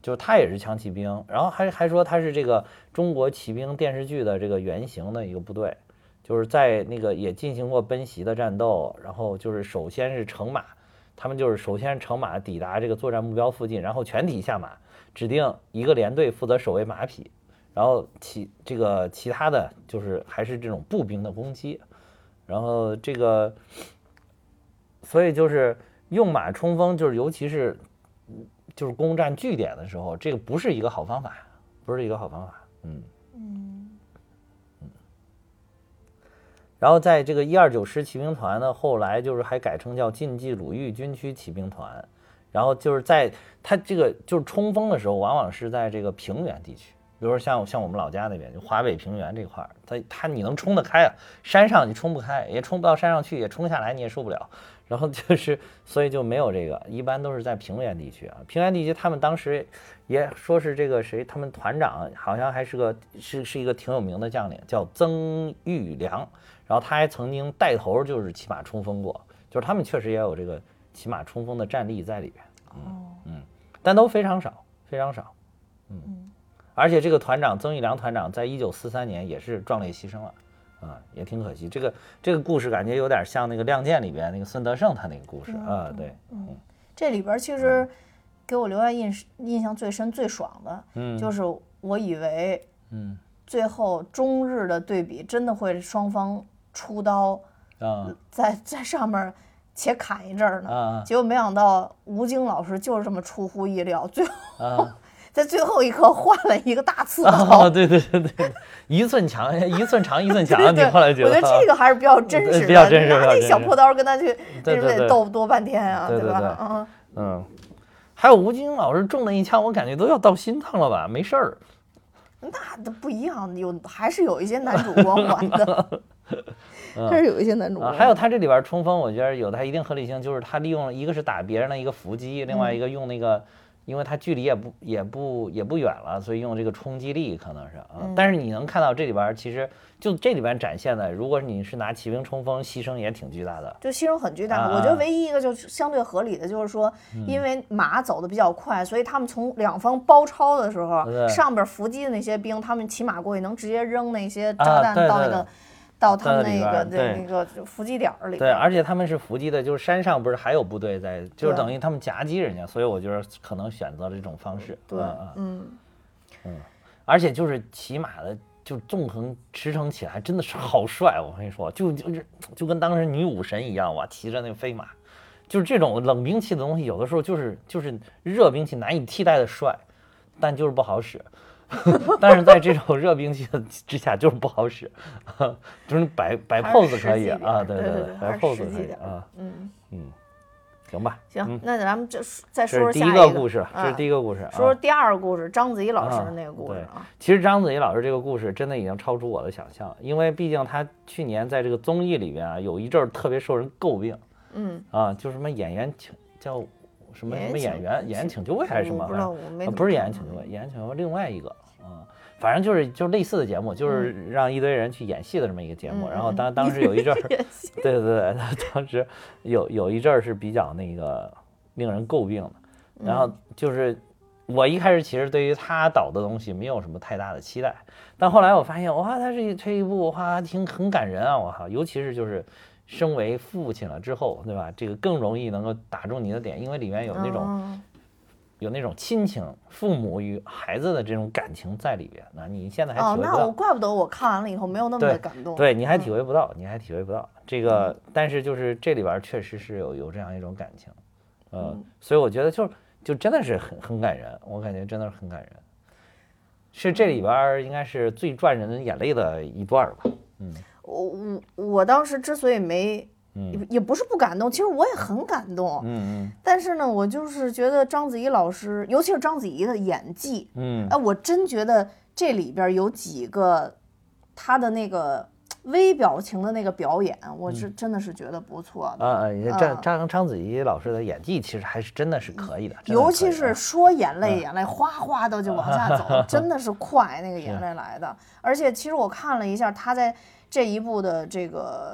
就是他也是强骑兵，然后还还说他是这个中国骑兵电视剧的这个原型的一个部队，就是在那个也进行过奔袭的战斗，然后就是首先是乘马，他们就是首先乘马抵达这个作战目标附近，然后全体下马，指定一个连队负责守卫马匹，然后其这个其他的就是还是这种步兵的攻击，然后这个所以就是用马冲锋，就是尤其是就是攻占据点的时候，这个不是一个好方法，不是一个好方法。嗯嗯嗯。然后在这个一二九师骑兵团呢，后来就是还改成叫晋冀鲁豫军区骑兵团，然后就是在它这个就是冲锋的时候，往往是在这个平原地区，比如说像像我们老家那边，就华北平原这块儿，它它你能冲得开啊，山上你冲不开，也冲不到山上去，也冲下来你也受不了。然后就是，所以就没有这个，一般都是在平原地区啊。平原地区，他们当时也说是这个谁，他们团长好像还是个是是一个挺有名的将领，叫曾玉良。然后他还曾经带头就是骑马冲锋过，就是他们确实也有这个骑马冲锋的战力在里边。嗯嗯，但都非常少，非常少。嗯，而且这个团长曾玉良团长在一九四三年也是壮烈牺牲了。啊，也挺可惜。这个这个故事感觉有点像那个《亮剑》里边那个孙德胜他那个故事啊，对， 嗯，这里边其实给我留下印印象最深、最爽的，嗯，就是我以为，嗯，最后中日的对比真的会双方出刀，啊，在在上面且砍一阵儿呢，啊，结果没想到吴京老师就是这么出乎意料，最后。啊在最后一刻换了一个大刺刀， 哦，对对对对，一寸长一寸长一寸强，你后来觉得， 我觉得这个还是比较真实的， 比较真实， 拿那小破刀跟他去，对不对？斗多半天啊， 对吧？ 嗯嗯，还有吴京老师中的一枪，我感觉都要到心脏了吧？没事儿， 那都不一样，有还是有一些男主光环的。还是有一些男主、 啊，还有他这里边冲锋，我觉得有他一定合理性，就是他利用一个是打别人的一个伏击，另外一个用那个。因为它距离也不也不也不远了，所以用这个冲击力可能是啊。嗯、但是你能看到这里边其实就这里边展现的，如果你是拿骑兵冲锋，牺牲也挺巨大的， 就牺牲很巨大。啊、我觉得唯一一个就相对合理的就是说，嗯、因为马走的比较快，所以他们从两方包抄的时候，上边伏击的那些兵，他们骑马过去能直接扔那些炸弹到那个。啊对对对到他们那个对那个伏击点里， 对，而且他们是伏击的，就是山上不是还有部队在，就是等于他们夹击人家，所以我觉得可能选择了这种方式。 对，嗯嗯嗯，而且就是骑马的，就纵横驰骋起来真的是好帅，我跟你说，就就是就跟当时女武神一样哇，骑着那个飞马，就是这种冷兵器的东西，有的时候就是就是热兵器难以替代的帅，但就是不好使。但是在这种热兵器之下就是不好使，就是摆摆 pose 可以啊，对对对，摆 pose 可以啊，嗯嗯，行吧， 行，那咱们这再说说下一个故事，这是第一个故事， 说说第二个故事，章子怡老师的那个故事啊。 其实章子怡老师这个故事真的已经超出我的想象，因为毕竟她去年在这个综艺里边啊，有一阵特别受人诟病，嗯啊，就什么演员请叫。什么什么演员演员请就位还是什么？ 不, 不是演员请就位，演员请就位另外一个啊、嗯，反正就是就类似的节目，就是让一堆人去演戏的这么一个节目。嗯、然后当当时有一阵儿，对对对，当时有有一阵儿是比较那个令人诟病的。然后就是我一开始其实对于他导的东西没有什么太大的期待，但后来我发现哇，他这这一部哇挺很感人啊，我靠，尤其是就是。身为父亲了之后，对吧？这个更容易能够打中你的点，因为里面有那种、哦、有那种亲情，父母与孩子的这种感情在里边。那你现在还体会不到。 哦，那我怪不得我看完了以后没有那么的感动。 对，对你还体会不到，嗯、你还体会不到这个。嗯、但是就是这里边确实是有有这样一种感情，呃、嗯，所以我觉得就就真的是很很感人，我感觉真的是很感人，是这里边应该是最赚人眼泪的一段吧，嗯。 我我我当时之所以没，嗯、也不是不感动，其实我也很感动，嗯嗯。但是呢，我就是觉得章子怡老师，尤其是章子怡的演技，嗯，哎，我真觉得这里边有几个她的那个微表情的那个表演，我是真的是觉得不错的。 啊啊，张张章子怡老师的演技其实还是真的是可以的， 尤其是说眼泪，眼泪哗哗的就往下走，真的是快，那个眼泪来的。而且其实我看了一下她在。这一部的这个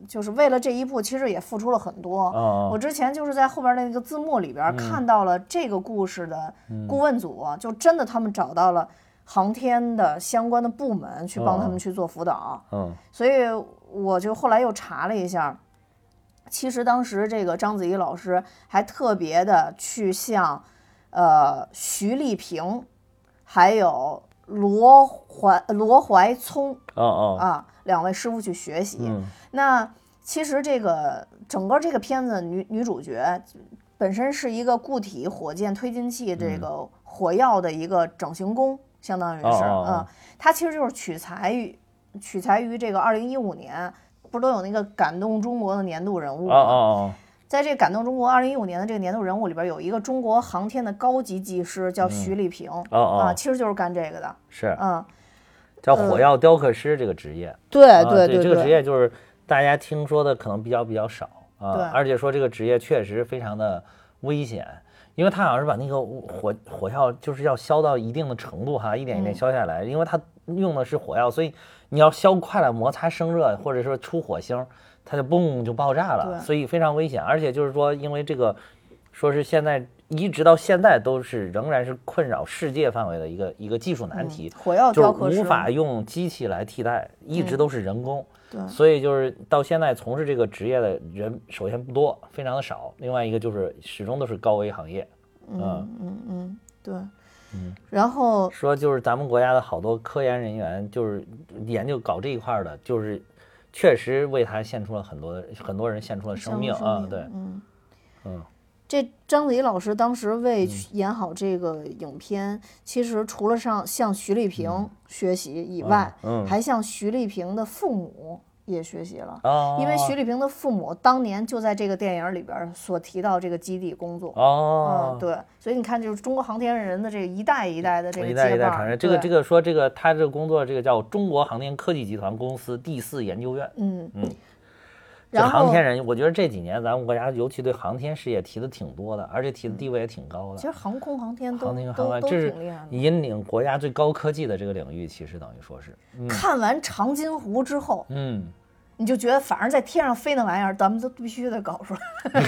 就是为了这一部，其实也付出了很多。 哦、 我之前就是在后边那个字幕里边看到了这个故事的顾问组，嗯、就真的他们找到了航天的相关的部门去帮他们去做辅导。 嗯， 所以我就后来又查了一下，其实当时这个章子怡老师还特别的去向呃徐丽萍还有罗怀罗怀聪哦哦啊两位师傅去学习。 嗯、 那其实这个整个这个片子女女主角本身是一个固体火箭推进器这个火药的一个整形工，相当于是哦哦嗯，它其实就是取材于取材于这个二零一五年不是都有那个感动中国的年度人物吗？ 哦哦哦， 在这感动中国二零一五年的这个年度人物里边，有一个中国航天的高级技师叫徐丽萍， 嗯、哦哦啊，其实就是干这个的， 是， 嗯， 叫火药雕刻师这个职业， 对啊、 对对， 这个职业就是大家听说的可能比较比较少啊， 对， 而且说这个职业确实非常的危险，因为他好像是把那个火火药就是要烧到一定的程度哈，一点一点烧下来，嗯、因为它用的是火药，所以你要烧快了，摩擦生热或者说出火星，它就嘣就爆炸了，所以非常危险。而且就是说，因为这个，说是现在一直到现在都是仍然是困扰世界范围的一个一个技术难题， 嗯、火药雕刻就是无法用机器来替代，一直都是人工。 嗯、 所以就是到现在从事这个职业的人，首先不多，非常的少。另外一个就是始终都是高危行业。 嗯嗯嗯嗯，对。 嗯， 然后说就是咱们国家的好多科研人员，就是研究搞这一块的，就是确实为他献出了很多很多人献出了生命啊，对， 嗯嗯， 这章子怡老师当时为演好这个影片，嗯、其实除了上向徐丽萍学习以外， 嗯，嗯还向徐丽萍的父母也学习了， 哦， 因为徐丽萍的父母当年就在这个电影里边所提到这个基地工作， 哦， 嗯，对，所以你看，就是中国航天人的这一代一代的这个一代一代传承，这个这个说这个他这个工作，这个叫中国航天科技集团公司第四研究院， 嗯嗯， 然后航天人，我觉得这几年咱们国家尤其对航天事业提的挺多的，而且提的地位也挺高的。 其实航空航天都航天都都航这挺厉害的， 引领国家最高科技的这个领域，其实等于说是、 嗯、看完长津湖之后， 嗯。 你就觉得反正在天上飞那玩意儿，咱们都必须得搞出来。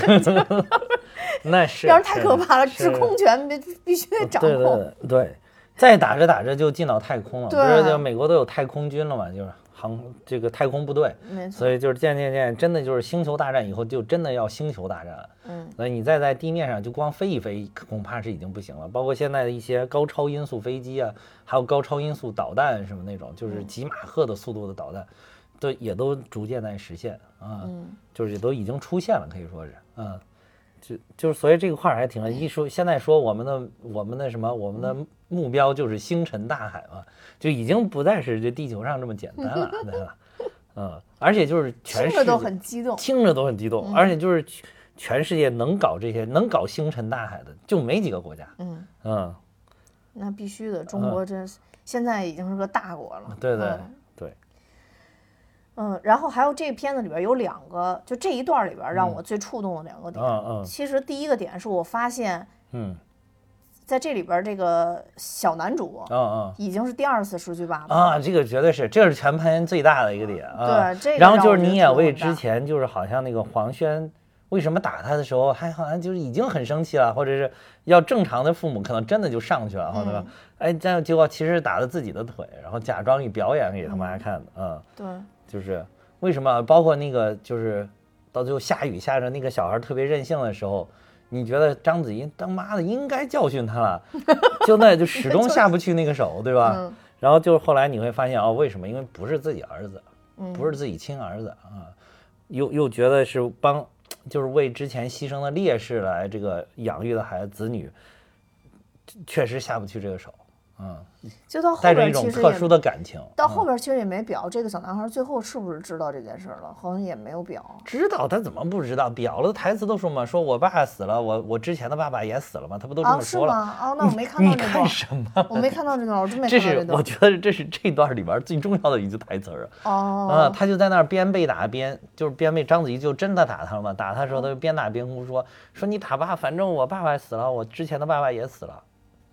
那是， 要是太可怕了，制空权必必须得掌控。 对对对，再打着打着就进到太空了。 对， 不是就美国都有太空军了嘛，就是航这个太空部队。 没错。 所以就是渐渐渐，真的就是星球大战以后就真的要星球大战了。 嗯。 所以你再在地面上就光飞一飞，恐怕是已经不行了。包括现在的一些高超音速飞机啊，还有高超音速导弹什么那种，就是几马赫的速度的导弹。都也都逐渐在实现啊， 嗯， 就是也都已经出现了，可以说是，嗯，就就是所以这个块儿还挺一说，现在说我们的我们的什么，我们的目标就是星辰大海嘛，就已经不再是这地球上这么简单了，对吧？嗯，而且就是全世界听着都很激动， 听着都很激动，嗯、而且就是全世界能搞这些能搞星辰大海的就没几个国家， 嗯嗯， 那必须的，中国这、嗯、现在已经是个大国了， 对对。 嗯对， 嗯，然后还有这个片子里边有两个，就这一段里边让我最触动的两个点。 嗯嗯。 其实第一个点是我发现， 嗯， 在这里边这个小男主， 嗯嗯， 已经是第二次失去爸爸啊，这个绝对是，这是全片最大的一个点啊。 对，这个。 然后就是你也为之前就是好像那个黄轩为什么打他的时候，还好像就是已经很生气了，或者是要正常的父母可能真的就上去了，或者、嗯、哎，这样结果其实打了自己的腿，然后假装以表演给他妈看的，嗯， 对。 就是为什么包括那个就是到最后下雨下着那个小孩特别任性的时候，你觉得章子怡当妈的应该教训他了，就那就始终下不去那个手，对吧？ 嗯、 然后就是后来你会发现哦，为什么？因为不是自己儿子，不是自己亲儿子啊，又又觉得是帮就是为之前牺牲的烈士来这个养育的孩子子女，确实下不去这个手。嗯， 就到后边带着一种特殊的感情。 到后边其实也没表这个小男孩最后是不是知道这件事了，好像也没有表。 知道他怎么不知道？表了，台词都说嘛，说我爸死了，我我之前的爸爸也死了嘛，他不都这么说了？ 啊，是吗？哦，那我没看到这段。 你看什么？ 我没看到这段，我真没看到这段。 这是我觉得这是这段里边最重要的一句台词啊。 哦。 啊，他就在那儿边被打边就是边被章子怡就真的打他了嘛，打他的时候他就边打边哭说说你打爸，反正我爸爸死了，我之前的爸爸也死了。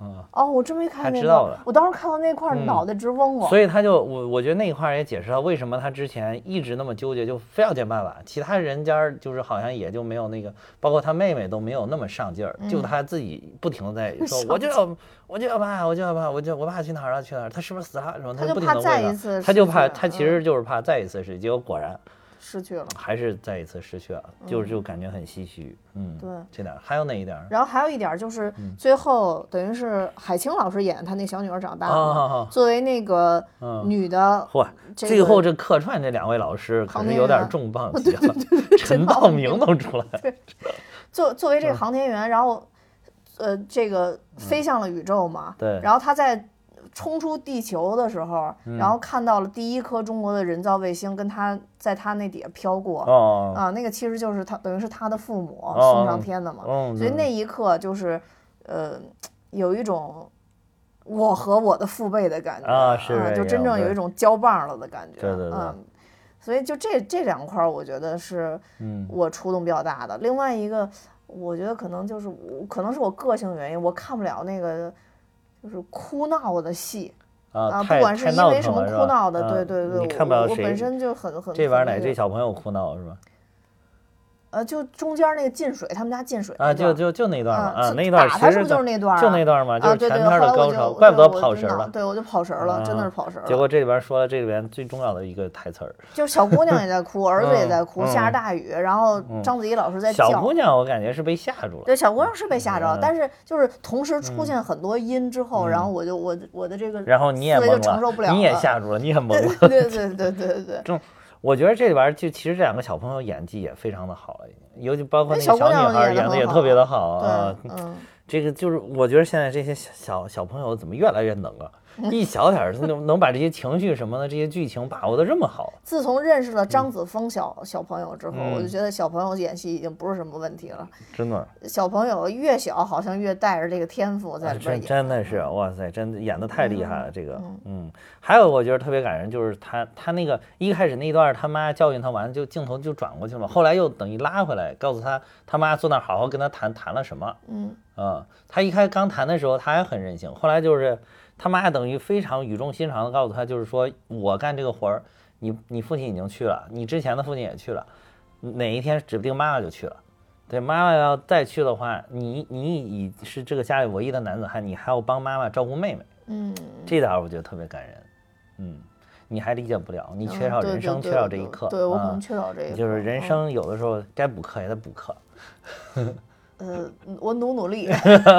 嗯， 哦，我真没看那他知道了， 个我当时看到那块儿脑袋直嗡嗡。 所以他就我我觉得那一块儿也解释了为什么他之前一直那么纠结，就非要见爸爸，其他人家就是好像也就没有那个，包括他妹妹都没有那么上劲儿， 嗯就他自己不停的在说我就要我就要爸，我就要爸，我就我爸去哪儿了去哪儿，他是不是死了什么， 他就不停的怕再一问次他，他就怕失去他其实就是怕再一次失去，结果果然失去了。 还是再一次失去了，就就感觉很唏嘘。嗯， 对， 这点儿还有哪一点儿？ 然后还有一点就是，最后等于是海清老师演她那小女儿长大了嘛， 哦作为那个女的， 嚯， 这个最后这客串这两位老师可是有点重磅级了，陈道明都出来了。 对，作作为这个航天员，然后呃，这个飞向了宇宙嘛， 对， 然后他在冲出地球的时候，然后看到了第一颗中国的人造卫星，跟他在他那底下飘过， 哦啊，那个其实就是他等于是他的父母哦送上天的嘛， 哦所以那一刻就是呃有一种我和我的父辈的感觉啊，是啊，就真正有一种交棒了的感觉， 对对对， 嗯，所以就这这两块我觉得是我触动比较大的。另外一个，我觉得可能就是我可能是我个性原因，我看不了那个。就是哭闹的戏啊， 不管是因为什么哭闹的，对对对， 你看不了谁， 我本身就很很这边哪这小朋友哭闹是吧？ 呃，就中间那个进水，他们家进水啊，就就就那段嘛，啊，那段其实是不是就是那段？ 就那段嘛，就是全片的高潮， 怪不得跑神了。 对，我就跑神了，真的是跑神了。 结果这里边说了这里边最重要的一个台词儿， 就小姑娘也在哭，儿子也在哭，下着大雨，然后章子怡老师在叫。 小姑娘我感觉是被吓住了。 对，小姑娘是被吓着，但是就是同时出现很多音之后，然后我就我我的这个然后你也懵了，承受不了， 你也吓住了，你也懵了。 对对对对对对。 这我觉得这里边就其实这两个小朋友演技也非常的好，尤其包括那个小女孩演的也特别的好啊。 嗯， 这个就是我觉得现在这些小小朋友怎么越来越能啊？一小点儿能能把这些情绪什么的这些剧情把握的这么好。 自从认识了张子枫小小朋友之后，我就觉得小朋友演戏已经不是什么问题了。 真的， 小朋友越小好像越带着这个天赋在里边演。 真的是哇塞，真的演的太厉害了。这个，嗯，还有我觉得特别感人，就是他他那个一开始那段他妈教训他完，就镜头就转过去了，后来又等于拉回来，告诉他他妈坐那好好跟他谈谈了什么。 嗯啊，他一开刚谈的时候他还很任性，后来就是他妈等于非常语重心长的告诉他，就是说我干这个活儿，你你父亲已经去了，你之前的父亲也去了，哪一天指不定妈妈就去了。对，妈妈要再去的话，你你已是这个家里唯一的男子汉，你还要帮妈妈照顾妹妹。 嗯， 这点我觉得特别感人。嗯，你还理解不了，你缺少人生， 嗯、 缺少这一课。 对我可能缺少这一课， 就是人生有的时候该补课也得补课。 呃，我努努力。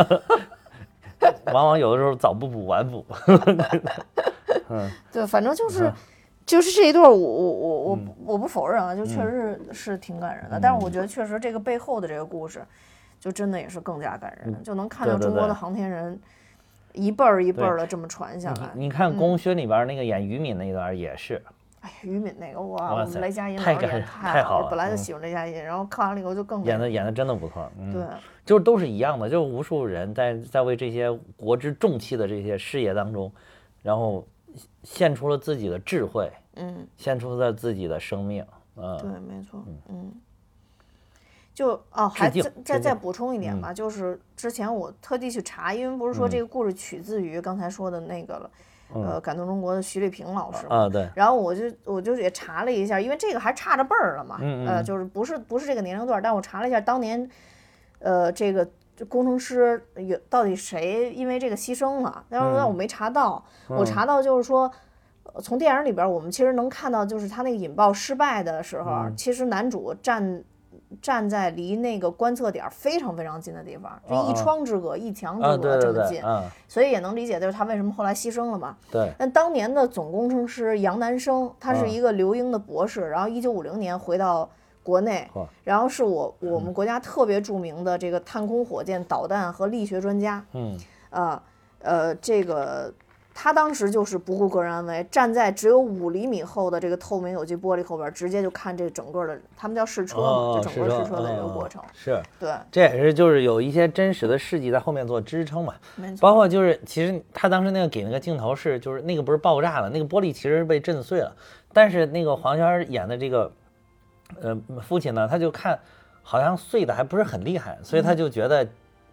往往有的时候早不补晚补。 嗯，对，反正就是。嗯就是这一段，我我我我我不否认啊，就确实是、嗯、是挺感人的。但是我觉得确实这个背后的这个故事，就真的也是更加感人， 嗯、 就能看到中国的航天人一辈儿一辈儿的这么传下来。 你, 你看《功勋》里边那个演于敏那段也是， 哎呀，于敏那个哇，我们雷佳音太感太好了， 本来就喜欢雷佳音，嗯、然后看完了以后就更演的演的真的不错。嗯、 对， 就是都是一样的，就是无数人在在为这些国之重器的这些事业当中，然后献出了自己的智慧。 嗯， 献出了自己的生命，嗯， 对，没错，嗯，就哦，还再再再补充一点吧，嗯、就是之前我特地去查，因为不是说这个故事取自于刚才说的那个了，嗯、呃，感动中国的徐丽萍老师啊，对， 然后我就我就也查了一下，因为这个还差着辈儿了嘛， 嗯嗯呃，就是不是不是这个年龄段，但我查了一下当年，呃，这个工程师有到底谁因为这个牺牲了，但是我没查到， 嗯、 我查到就是说。从电影里边，我们其实能看到，就是他那个引爆失败的时候， 嗯、 其实男主站站在离那个观测点非常非常近的地方，就、哦、一窗之隔、哦、一墙之隔这么近， 啊、对对对所以也能理解就是他为什么后来牺牲了嘛。 对。 但当年的总工程师杨南生，他是一个留英的博士，嗯、然后一九五零年回到国内， 哦、 然后是我我们国家特别著名的这个探空火箭、导弹和力学专家。 嗯。 啊，呃，这个。他当时就是不顾个人安危，站在只有五厘米厚的这个透明有机玻璃后边，直接就看这整个的，他们叫试车嘛， 哦、 就整个试车的一个过程。 哦、是， 对， 这也是就是有一些真实的事迹在后面做支撑嘛。 没错。 包括就是其实他当时那个给那个镜头是就是那个不是爆炸了，那个玻璃其实是被震碎了，但是那个黄轩演的这个呃父亲呢，他就看好像碎的还不是很厉害，所以他就觉得。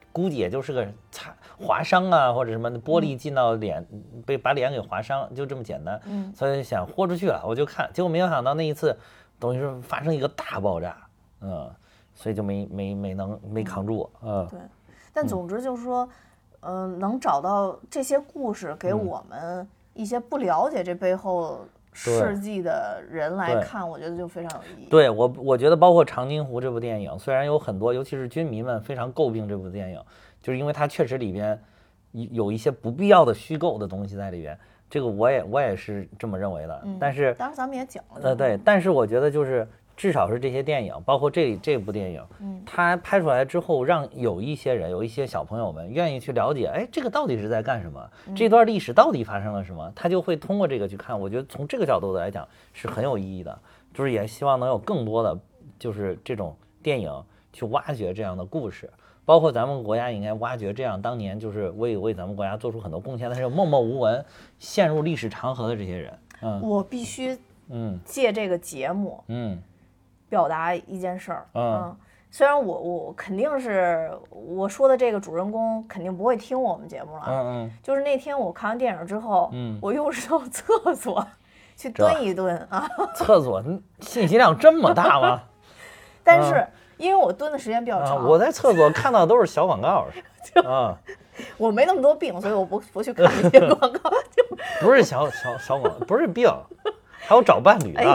估计也就是个擦划伤啊，或者什么玻璃进到脸，嗯、被把脸给划伤，就这么简单。 嗯， 所以想豁出去了，我就看，结果没有想到那一次，等于是发生一个大爆炸，嗯，所以就没没没能没扛住，嗯， 对。但总之就是说，嗯、呃，能找到这些故事给我们一些不了解这背后事迹的人来看，我觉得就非常有意义。 对我，我觉得包括《长津湖》这部电影，虽然有很多，尤其是军迷们非常诟病这部电影，就是因为它确实里边有一些不必要的虚构的东西在里边。这个我也我也是这么认为的。嗯、但是当然咱们也讲了。 呃，对，但是我觉得就是至少是这些电影，包括这这部电影，嗯，它拍出来之后，让有一些人，有一些小朋友们愿意去了解，哎，这个到底是在干什么？这段历史到底发生了什么？他就会通过这个去看。我觉得从这个角度来讲是很有意义的，就是也希望能有更多的就是这种电影去挖掘这样的故事，包括咱们国家应该挖掘这样当年就是为为咱们国家做出很多贡献，但是默默无闻陷入历史长河的这些人。嗯， 我必须嗯借这个节目嗯。表达一件事儿，嗯，虽然我我肯定是我说的这个主人公肯定不会听我们节目了，嗯嗯，就是那天我看完电影之后，嗯，我又是到厕所去蹲一蹲啊， 厕所信息量这么大吗？ 但是因为我蹲的时间比较长， 啊、我在厕所看到都是小广告啊， 我没那么多病，所以我不不去看这些广告，就不是小小小广告，不是病。还有找伴侣的，哎，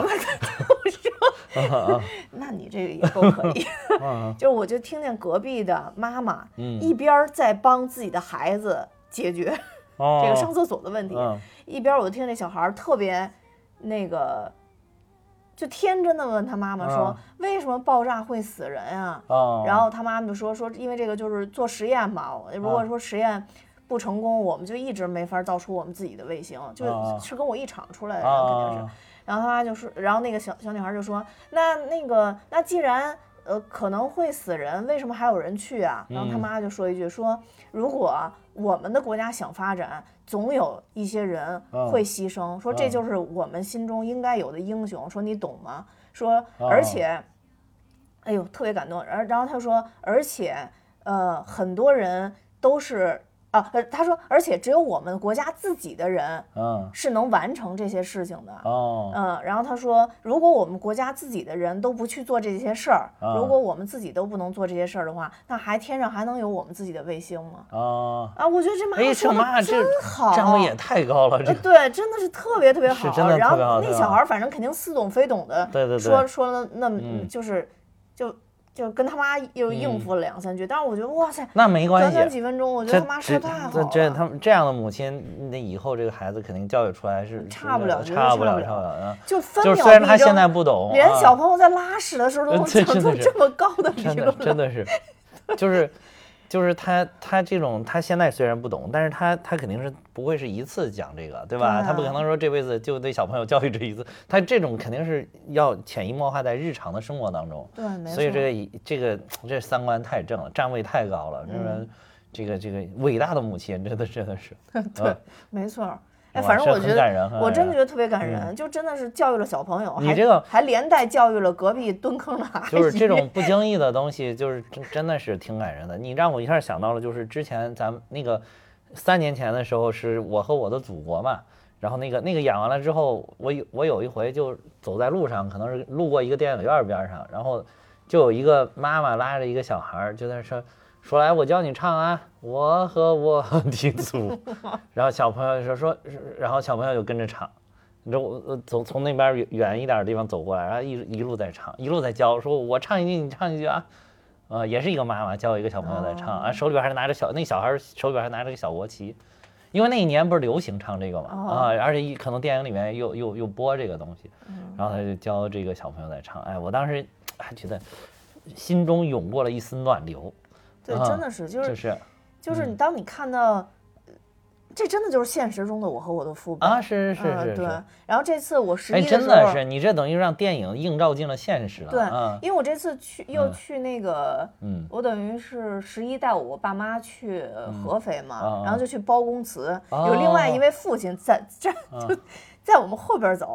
那你这个也够可以。就是我就听见隔壁的妈妈，嗯，一边在帮自己的孩子解决这个上厕所的问题，哦、一边我就听那小孩特别那个，就天真的问他妈妈说：“哦、为什么爆炸会死人啊？”哦、然后他妈妈就说：“说因为这个就是做实验嘛，如果说实验。”不成功，我们就一直没法造出我们自己的卫星，就是跟我一场出来的人肯定是。然后他妈就说，然后那个小小女孩就说，那那个那既然呃可能会死人，为什么还有人去啊？然后他妈就说一句说，如果我们的国家想发展，总有一些人会牺牲，说这就是我们心中应该有的英雄。说你懂吗？说而且，哎呦特别感动。然然后他说，而且呃很多人都是。啊，他说，而且只有我们国家自己的人，嗯，是能完成这些事情的。哦，嗯，然后他说，如果我们国家自己的人都不去做这些事儿，哦、如果我们自己都不能做这些事儿的话，那还天上还能有我们自己的卫星吗？哦，啊，我觉得这妈说的真好， 站位也太高了，这对，真的是特别特别好。 是真的特别好。 然后那小孩反正肯定似懂非懂的， 对对对， 说说了那么、嗯、就是就。就跟他妈又应付了两三句，嗯、但是我觉得哇塞， 那没关系， 短短几分钟，我觉得他妈说太好了。 这他们这样的母亲，那以后这个孩子肯定教育出来是差不了， 差不了， 差不了。 就分秒必争。虽然他现在不懂， 连小朋友在拉屎的时候都能讲出这么高的理论， 真的是，就是。就是他，他这种，他现在虽然不懂，但是他他肯定是不会是一次讲这个，对吧？ 对啊、 他不可能说这辈子就对小朋友教育这一次，他这种肯定是要潜移默化在日常的生活当中。 对，没错。 所以这个这个这三观太正了，站位太高了，这个、嗯、这个这个伟大的母亲，真的真的是。 对， 嗯、 没错。哎，反正我觉得，我真的觉得特别感人， 嗯、 就真的是教育了小朋友， 你这个还连带教育了隔壁蹲坑的孩子。 就是这种不经意的东西，就是真真的是挺感人的。你让我一下想到了，就是之前咱们那个三年前的时候，是我和我的祖国嘛，然后那个那个演完了之后，我有我有一回就走在路上，可能是路过一个电影院边上，然后就有一个妈妈拉着一个小孩就在说。说来我教你唱啊，我和我的祖，然后小朋友说说，然后小朋友就跟着唱，你知道我走从那边远一点的地方走过来，然后一一路在唱，一路在教，说我唱一句你唱一句啊，呃，也是一个妈妈教一个小朋友在唱啊，手里边还拿着小那小孩手里边还拿着个小国旗，因为那一年不是流行唱这个嘛啊，而且可能电影里面又又又播这个东西，然后他就教这个小朋友在唱，哎，我当时还觉得心中涌过了一丝暖流。 对，真的是，就是、 就是、 就是你当你看到，嗯、这真的就是现实中的我和我的父辈啊，是是是是、 呃。对，然后这次我十一的时候，哎，真的是你这等于让电影映照进了现实了。 对， 嗯、 因为我这次去又去那个，嗯，我等于是十一带我爸妈去合肥嘛，嗯、然后就去包公祠， 哦、 有另外一位父亲在这、哦、就在我们后边走。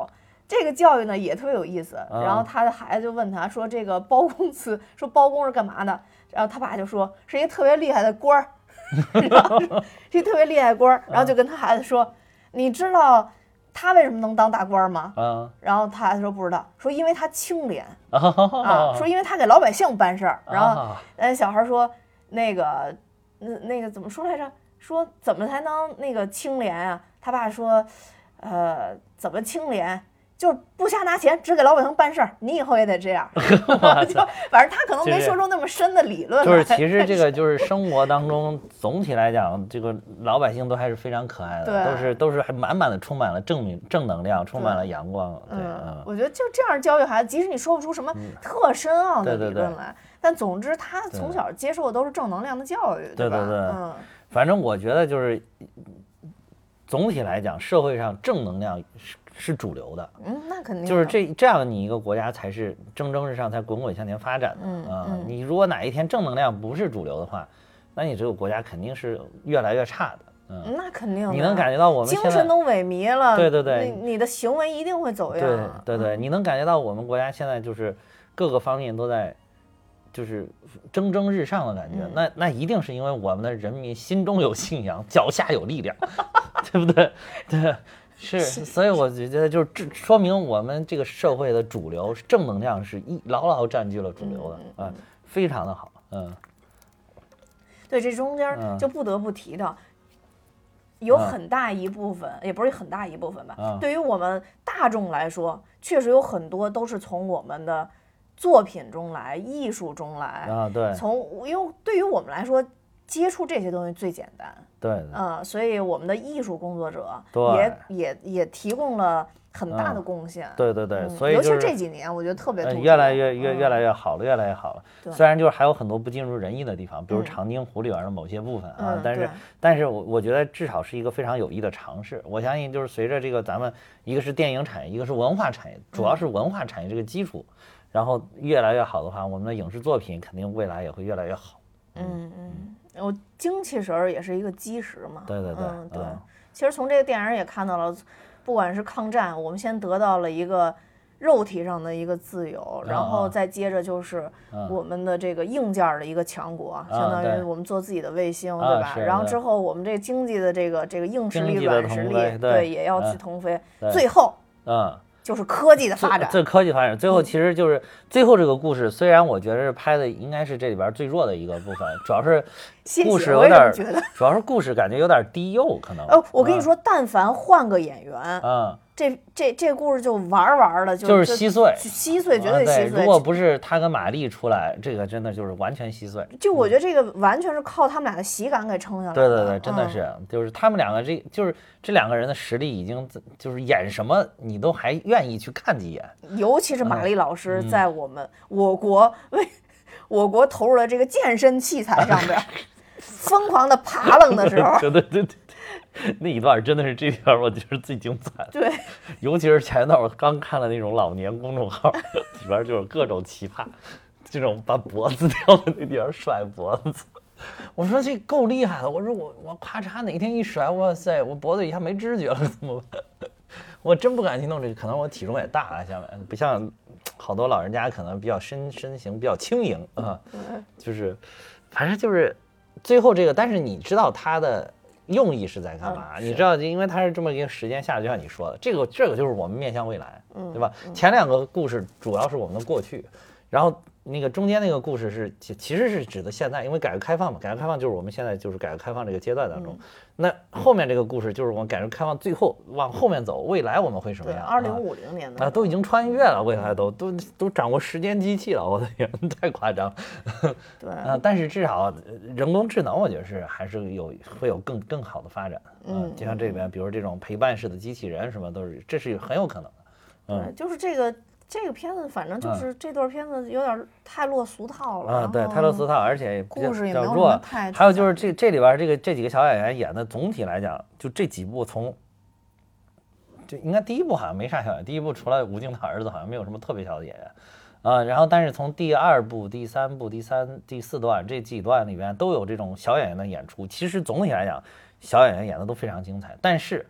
这个教育呢也特别有意思。然后他的孩子就问他说：“这个包公司，说包公是干嘛的？”然后他爸就说：“是一个特别厉害的官儿，然后是一特别厉害的官儿。”然后就跟他孩子说：“你知道他为什么能当大官吗？” 啊， 然后他孩子说：“不知道。”说：“因为他清廉啊， 啊，说因为他给老百姓办事儿。”然后啊呃，小孩说：“那个，那那个怎么说来着？说怎么才能那个清廉啊？”他爸说：“呃，怎么清廉？就是不瞎拿钱，只给老百姓办事儿。你以后也得这样。”就反正他可能没说出那么深的理论来。 就是其实这个就是生活当中总体来讲，这个老百姓都还是非常可爱的，都是都是还满满的充满了正正能量，充满了阳光。对， 嗯，我觉得就这样教育孩子，即使你说不出什么特深奥的理论来，但总之他从小接受的都是正能量的教育， 对吧？ 对对， 嗯， 反正我觉得就是总体来讲，社会上正能量是是主流的， 嗯，那肯定就是这这样，你一个国家才是蒸蒸日上，才滚滚向前发展的。 嗯啊、 嗯， 你如果哪一天正能量不是主流的话，那你这个国家肯定是越来越差的。嗯， 那肯定的， 你能感觉到我们精神都萎靡了， 对对对， 你你的行为一定会走样。 对对对，你能感觉到我们国家现在就是各个方面都在就是蒸蒸日上的感觉， 嗯、 那那一定是因为我们的人民心中有信仰，脚下有力量，对不对？对。是，所以我觉得就是这说明我们这个社会的主流是正能量，是一牢牢占据了主流的啊、嗯嗯，非常的好。嗯， 对，这中间就不得不提到，嗯、有很大一部分，嗯、也不是很大一部分吧， 嗯、 对于我们大众来说，确实有很多都是从我们的作品中来、艺术中来啊，对， 从因为对于我们来说，接触这些东西最简单。 对， 嗯、呃，所以我们的艺术工作者也也也提供了很大的贡献。 嗯、对对对， 嗯、 所以、 就是、尤其是这几年，我觉得特别、 呃、越来越越越来越好了，越来越好了。 嗯、 虽然就是还有很多不尽如人意的地方，比如长津湖里边的某些部分啊， 嗯、 但是但是我我觉得至少是一个非常有益的尝试。我相信就是随着这个咱们一个是电影产业，一个是文化产业，主要是文化产业这个基础，嗯、然后越来越好的话，我们的影视作品肯定未来也会越来越好。 嗯嗯。我精气神儿也是一个基石嘛， 对对对， 嗯对。 嗯、 其实从这个电影也看到了，不管是抗战，我们先得到了一个肉体上的一个自由， 嗯、 然后再接着就是我们的这个硬件的一个强国， 嗯、 相当于我们做自己的卫星， 嗯、 对吧？ 对然后之后我们这经济的这个这个硬实力、软实力， 对， 对也要去腾飞， 嗯、 最后， 嗯。 就是科技的发展， 这科技发展，最后其实就是、嗯、最后这个故事，虽然我觉得是拍的应该是这里边最弱的一个部分，主要是故事有点， 谢谢我主要是故事感觉有点低幼，可能。 哦，我跟你说，嗯、但凡换个演员， 嗯， 这这这故事就玩玩的，就就是稀碎， 稀碎，绝对稀碎。 如果不是他跟马丽出来，这个真的就是完全稀碎。 就我觉得这个完全是靠他们俩的喜感给撑下来的。 对对对，真的是，嗯、就是他们两个这就是这两个人的实力已经就是演什么你都还愿意去看几眼。 尤其是马丽老师在我们、嗯、我国为我国投入了这个健身器材上边疯狂的爬棱的时候， 对对对对。那一段真的是这段，我觉得最精彩。 对， 尤其是前一段我刚看了那种老年公众号，里边就是各种奇葩，这种把脖子掉的那地方甩脖子。我说这够厉害的，我说我我咔嚓哪天一甩，哇塞，我脖子一下没知觉了，怎么办？我真不敢去弄这个，可能我体重也大了，下面不像好多老人家可能比较身身形比较轻盈啊，就是反正就是最后这个，但是你知道他的用意是在干嘛？ 嗯、 你知道，因为它是这么一个时间下，就像你说的，这个这个就是我们面向未来， 嗯、 对吧？嗯、前两个故事主要是我们的过去，然后那个中间那个故事是其其实是指的现在，因为改革开放嘛，改革开放就是我们现在就是改革开放这个阶段当中， 嗯、 那后面这个故事就是我们改革开放最后往后面走，未来我们会什么样？ 二零五零年的啊，都已经穿越了，未来都都都掌握时间机器了，我的天，太夸张。 对啊，但是至少人工智能，我觉得是还是有会有更更好的发展。 嗯， 就像这边，比如这种陪伴式的机器人什么，都是这是很有可能的。 嗯，对，就是这个。这个片子反正就是这段片子有点太落俗套了啊，对，太落俗套，而且故事也没有弱。 太还有就是这这里边这个这几个小演员演的，总体来讲，就这几部从，就应该第一部好像没啥小演员，第一部除了吴京他儿子，好像没有什么特别小的演员，啊，然后但是从第二部、第三部、第三、第四段这几段里边都有这种小演员的演出。其实总体来讲，小演员演的都非常精彩，但是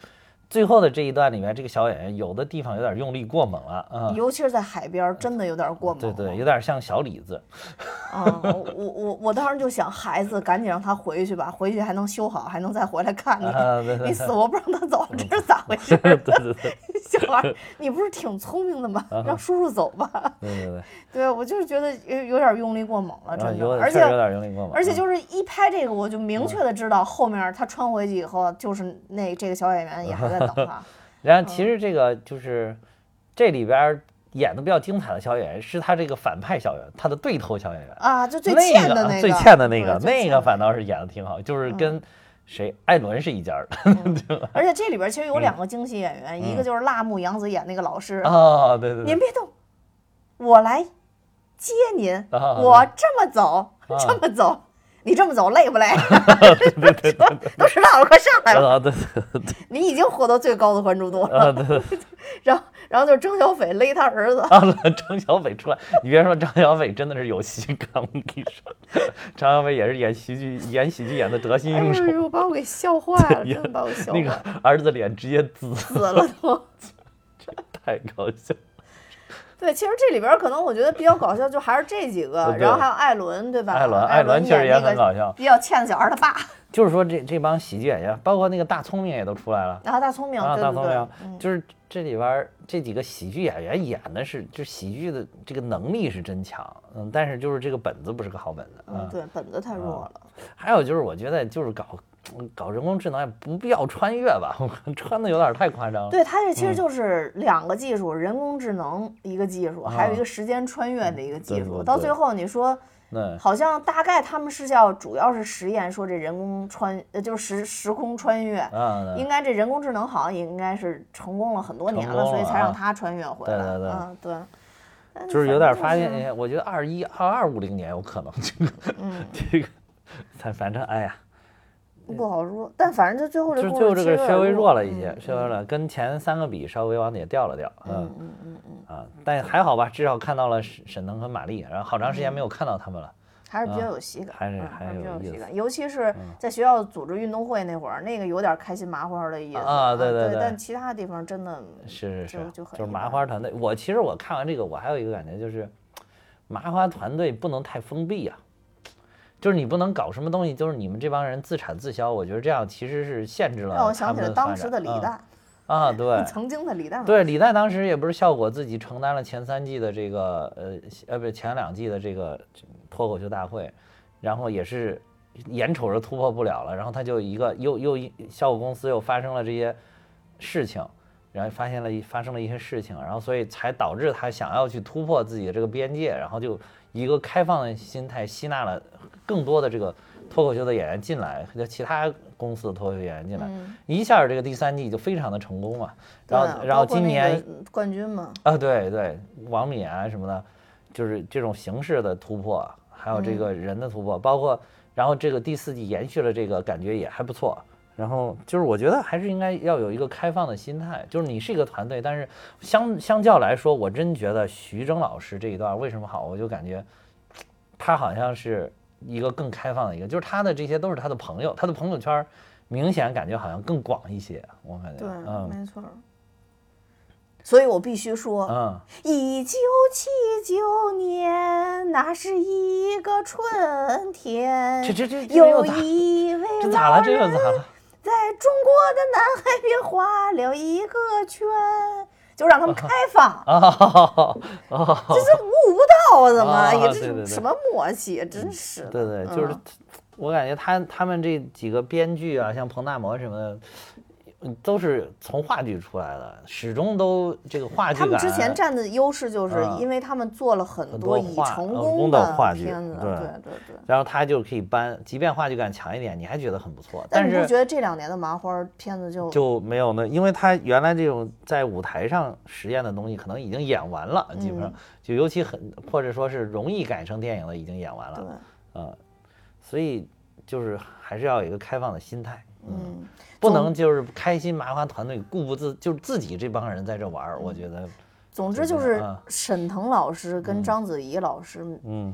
最后的这一段里面，这个小演员有的地方有点用力过猛了啊， 尤其是在海边，真的有点过猛。 对对，有点像小李子。 啊，我我我当时就想，孩子赶紧让他回去吧，回去还能修好，还能再回来看你。 啊、对对你死活不让他走，这是咋回事？ 对对对， 小孩，你不是挺聪明的吗？让叔叔走吧。 对对对， 对，我就是觉得有有点用力过猛了，真的， 有而且有点用力过猛， 而且就是一拍这个，我就明确的知道后面他穿回去以后，就是那这个小演员也还在等他。 然后其实这个就是这里边演的比较精彩的小演员是他这个反派小演员，他的对头小演员啊，就最欠的那个， 最欠的那个，那个反倒是演的挺好，就是跟谁艾伦是一家的。 嗯、而且这里边其实有两个惊喜演员， 嗯、 一个就是辣目洋子演那个老师啊、哦，对对对， 您别动，我来接您， 啊、 我这么走， 啊、 这么走。你这么走累不累？ 对对对对都知道了，快上来吧！ 啊，对对对， 你已经获得最高的关注度了。 啊，对对。 然后，然后就是张小斐勒他儿子。 啊，张小斐出来，你别说张小斐真的是有戏看，我跟你说，张小斐也是演喜剧，演喜剧演的得心应手。 哎呦，把我给笑坏了，真的把我笑坏了。 那个儿子脸直接紫紫了都， 这太搞笑。 对，其实这里边可能我觉得比较搞笑，就还是这几个，然后还有艾伦，对吧？ 艾伦，艾伦确实也很搞笑， 比较欠的小孩他爸。 就是说这这帮喜剧演员，包括那个大聪明也都出来了。 啊，大聪明， 啊， 对大聪明， 嗯、 就是这里边这几个喜剧演员演的是，就喜剧的这个能力是真强，嗯，但是就是这个本子不是个好本子， 嗯，对，本子太弱了。 嗯、还有就是我觉得就是搞。搞人工智能也不必要穿越吧，穿的有点太夸张了。 对，它这其实就是两个技术，嗯、人工智能一个技术， 啊、 还有一个时间穿越的一个技术。 嗯、对对对到最后你说，好像大概他们是要主要是实验说这人工穿，呃，就是时时空穿越。 啊、 应该这人工智能好像也应该是成功了很多年了， 了所以才让它穿越回来。 对对对， 嗯对。 就是有点发现，就是、我觉得二一二二五零年有可能这个， 嗯， 这个，反反正哎呀。 不好说，但反正就最后这就最后这个稍微弱了一些， 嗯、 稍微了，跟前三个比稍微往底下掉了掉， 嗯嗯嗯嗯啊，但还好吧，至少看到了沈沈腾和马丽，然后好长时间没有看到他们了， 嗯、还是比较有喜感， 啊、还是还是比较有喜感，尤其是在学校组织运动会那会儿，那个有点开心麻花的意思啊，对对对，但其他地方真的是是是， 就就很就是麻花团队。我其实我看完这个，我还有一个感觉就是，麻花团队不能太封闭啊。就是你不能搞什么东西，就是你们这帮人自产自销，我觉得这样其实是限制了让我想起了当时的李诞、 嗯、啊，对， 曾经的李诞， 对，李诞当时也不是效果自己承担了前三季的这个呃呃不前两季的这个脱口秀大会，然后也是眼瞅着突破不了了，然后他就一个又又效果公司又发生了这些事情，然后发现了发生了一些事情，然后所以才导致他想要去突破自己的这个边界，然后就一个开放的心态吸纳了更多的这个脱口秀的演员进来，和其他公司的脱口秀演员进来， 嗯、 一下这个第三季就非常的成功嘛。然后， 啊、 然后今年冠军嘛， 啊，对对，王敏啊什么的，就是这种形式的突破，还有这个人的突破，嗯、包括然后这个第四季延续了这个感觉也还不错。然后就是我觉得还是应该要有一个开放的心态，就是你是一个团队，但是相相较来说，我真觉得徐峥老师这一段为什么好，我就感觉他好像是一个更开放的一个，就是他的这些都是他的朋友，他的朋友圈明显感觉好像更广一些，我感觉对， 嗯， 没错。所以我必须说， 嗯， 一九七九年，那是一个春天， 这这这有一位这咋了？这又咋了？ 在中国的南海边画了一个圈，就让他们开放啊！ 这是悟不到啊，怎么、 啊、 也这是什么默契，真是对对，就是、嗯、我感觉他他们这几个编剧啊，像彭大魔什么的。都是从话剧出来的，始终都这个话剧感。 他们之前占的优势就是因为他们做了很多已成功的话剧， 对对对对。 然后他就可以搬，即便话剧感强一点，你还觉得很不错。 但是你不觉得这两年的麻花片子就就没有呢？因为他原来这种在舞台上实验的东西，可能已经演完了，基本上、嗯、就尤其很或者说是容易改成电影的，已经演完了。 对， 呃，所以就是还是要有一个开放的心态。 嗯。 嗯不能就是开心麻花团队固步自就是自己这帮人在这玩、嗯、我觉得。 总之就是沈腾老师跟章子怡老师， 嗯，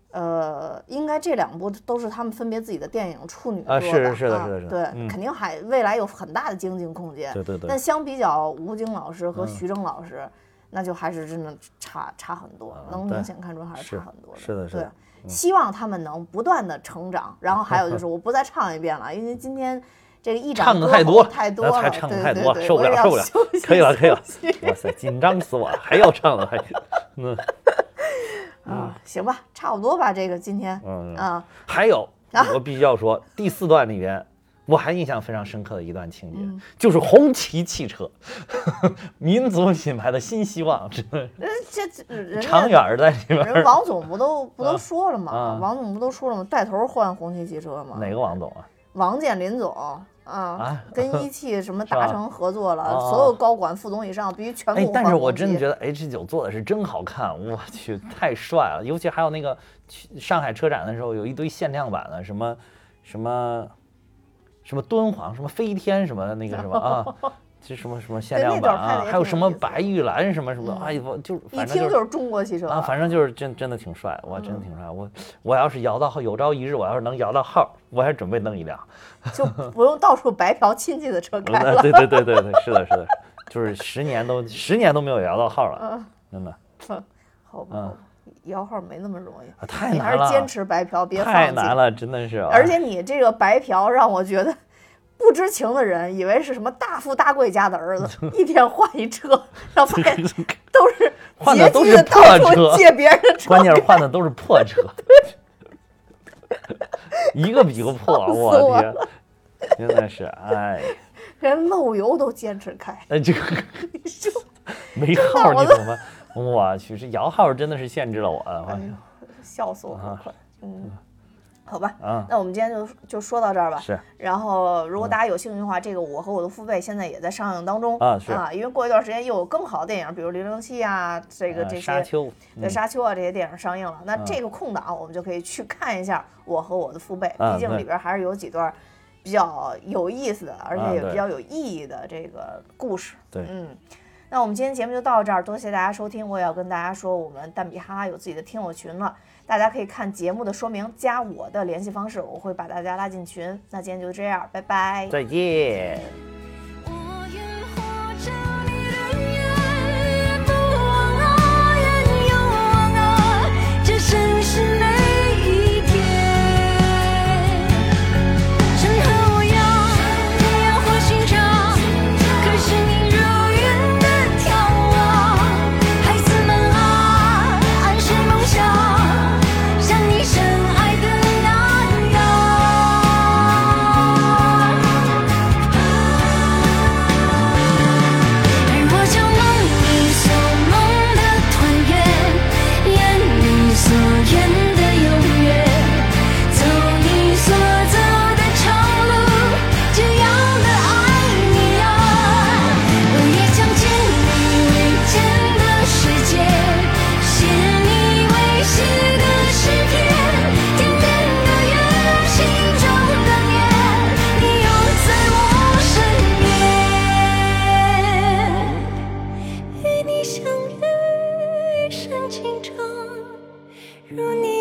呃，应该这两部都是他们分别自己的电影处女作啊， 吧是是的， 啊是的，是的， 对， 嗯肯定还未来有很大的精进空间。 对对对。 但相比较吴京老师和徐峥老师，那就还是真的差差很多，能明显看出还是差很多的。 是的，是的。 对，希望他们能不断的成长。然后还有就是，我不再唱一遍了，因为今天这个一展唱的太多太多了， 唱的太多， 对对对， 受不了，受不了。可以了，可以了。哇塞，紧张死我了，还要唱了，还嗯。 啊，行吧，差不多吧，这个今天， 嗯啊， 还有，我必须要说，第四段里边，我还印象非常深刻的一段情节， 嗯、 就是红旗汽车，民族品牌的新希望，真的， 这这长远在里边。 人王总不都不都说了吗？ 啊、 王总不都说了吗？带头换红旗汽车吗？ 哪个王总啊？ 王健林总。啊， 啊跟一汽什么达成合作了， 啊、 所有高管、副总以上必须全部换。 哎，但是我真的觉得 H 九做的是真好看，我去，太帅了！尤其还有那个上海车展的时候，有一堆限量版的，什么什么什么敦煌、什么飞天什么的那个什么啊，这什么什么限量版啊，还有什么白玉兰什么什么，嗯、哎，我就反正、就是、 一听就是中国汽车啊，反正就是真真的挺帅，我真的挺帅。嗯、我我要是摇到有朝一日，我要是能摇到号，我还准备弄一辆。 就不用到处白嫖亲戚的车开了。 对对对对对，是的，是的，就是十年都十年都没有摇到号了，真的。 好吧，嗯、摇号没那么容易， 啊、太难了。 你还是坚持白嫖，别放弃。 太难了，真的是。 而且你这个白嫖让我觉得，不知情的人以为是什么大富大贵家的儿子，一天换一车，然后发现都是换的都是破车， 借别人的车， 关键是换的都是破车。一个比一个破，我天，真的是，哎， 连漏油都坚持开， 哎，这个没号你懂吗？我去，这摇号真的是限制了我， 哎、笑死我了，快、啊，嗯，好吧， 啊， 那我们今天就就说到这儿吧。 是， 然后如果大家有兴趣的话，这个我和我的父辈现在也在上映当中啊，是啊，因为过一段时间又有更好的电影，比如《零零七》啊，这个这些沙丘， 对沙丘啊这些电影上映了，那这个空档我们就可以去看一下我和我的父辈，毕竟里边还是有几段比较有意思的，而且也比较有意义的这个故事。 对， 嗯。那我们今天节目就到这儿，多谢大家收听。我也要跟大家说，我们蛋比哈哈有自己的听友群了，大家可以看节目的说明，加我的联系方式，我会把大家拉进群。那今天就这样，拜拜， 再见。 如你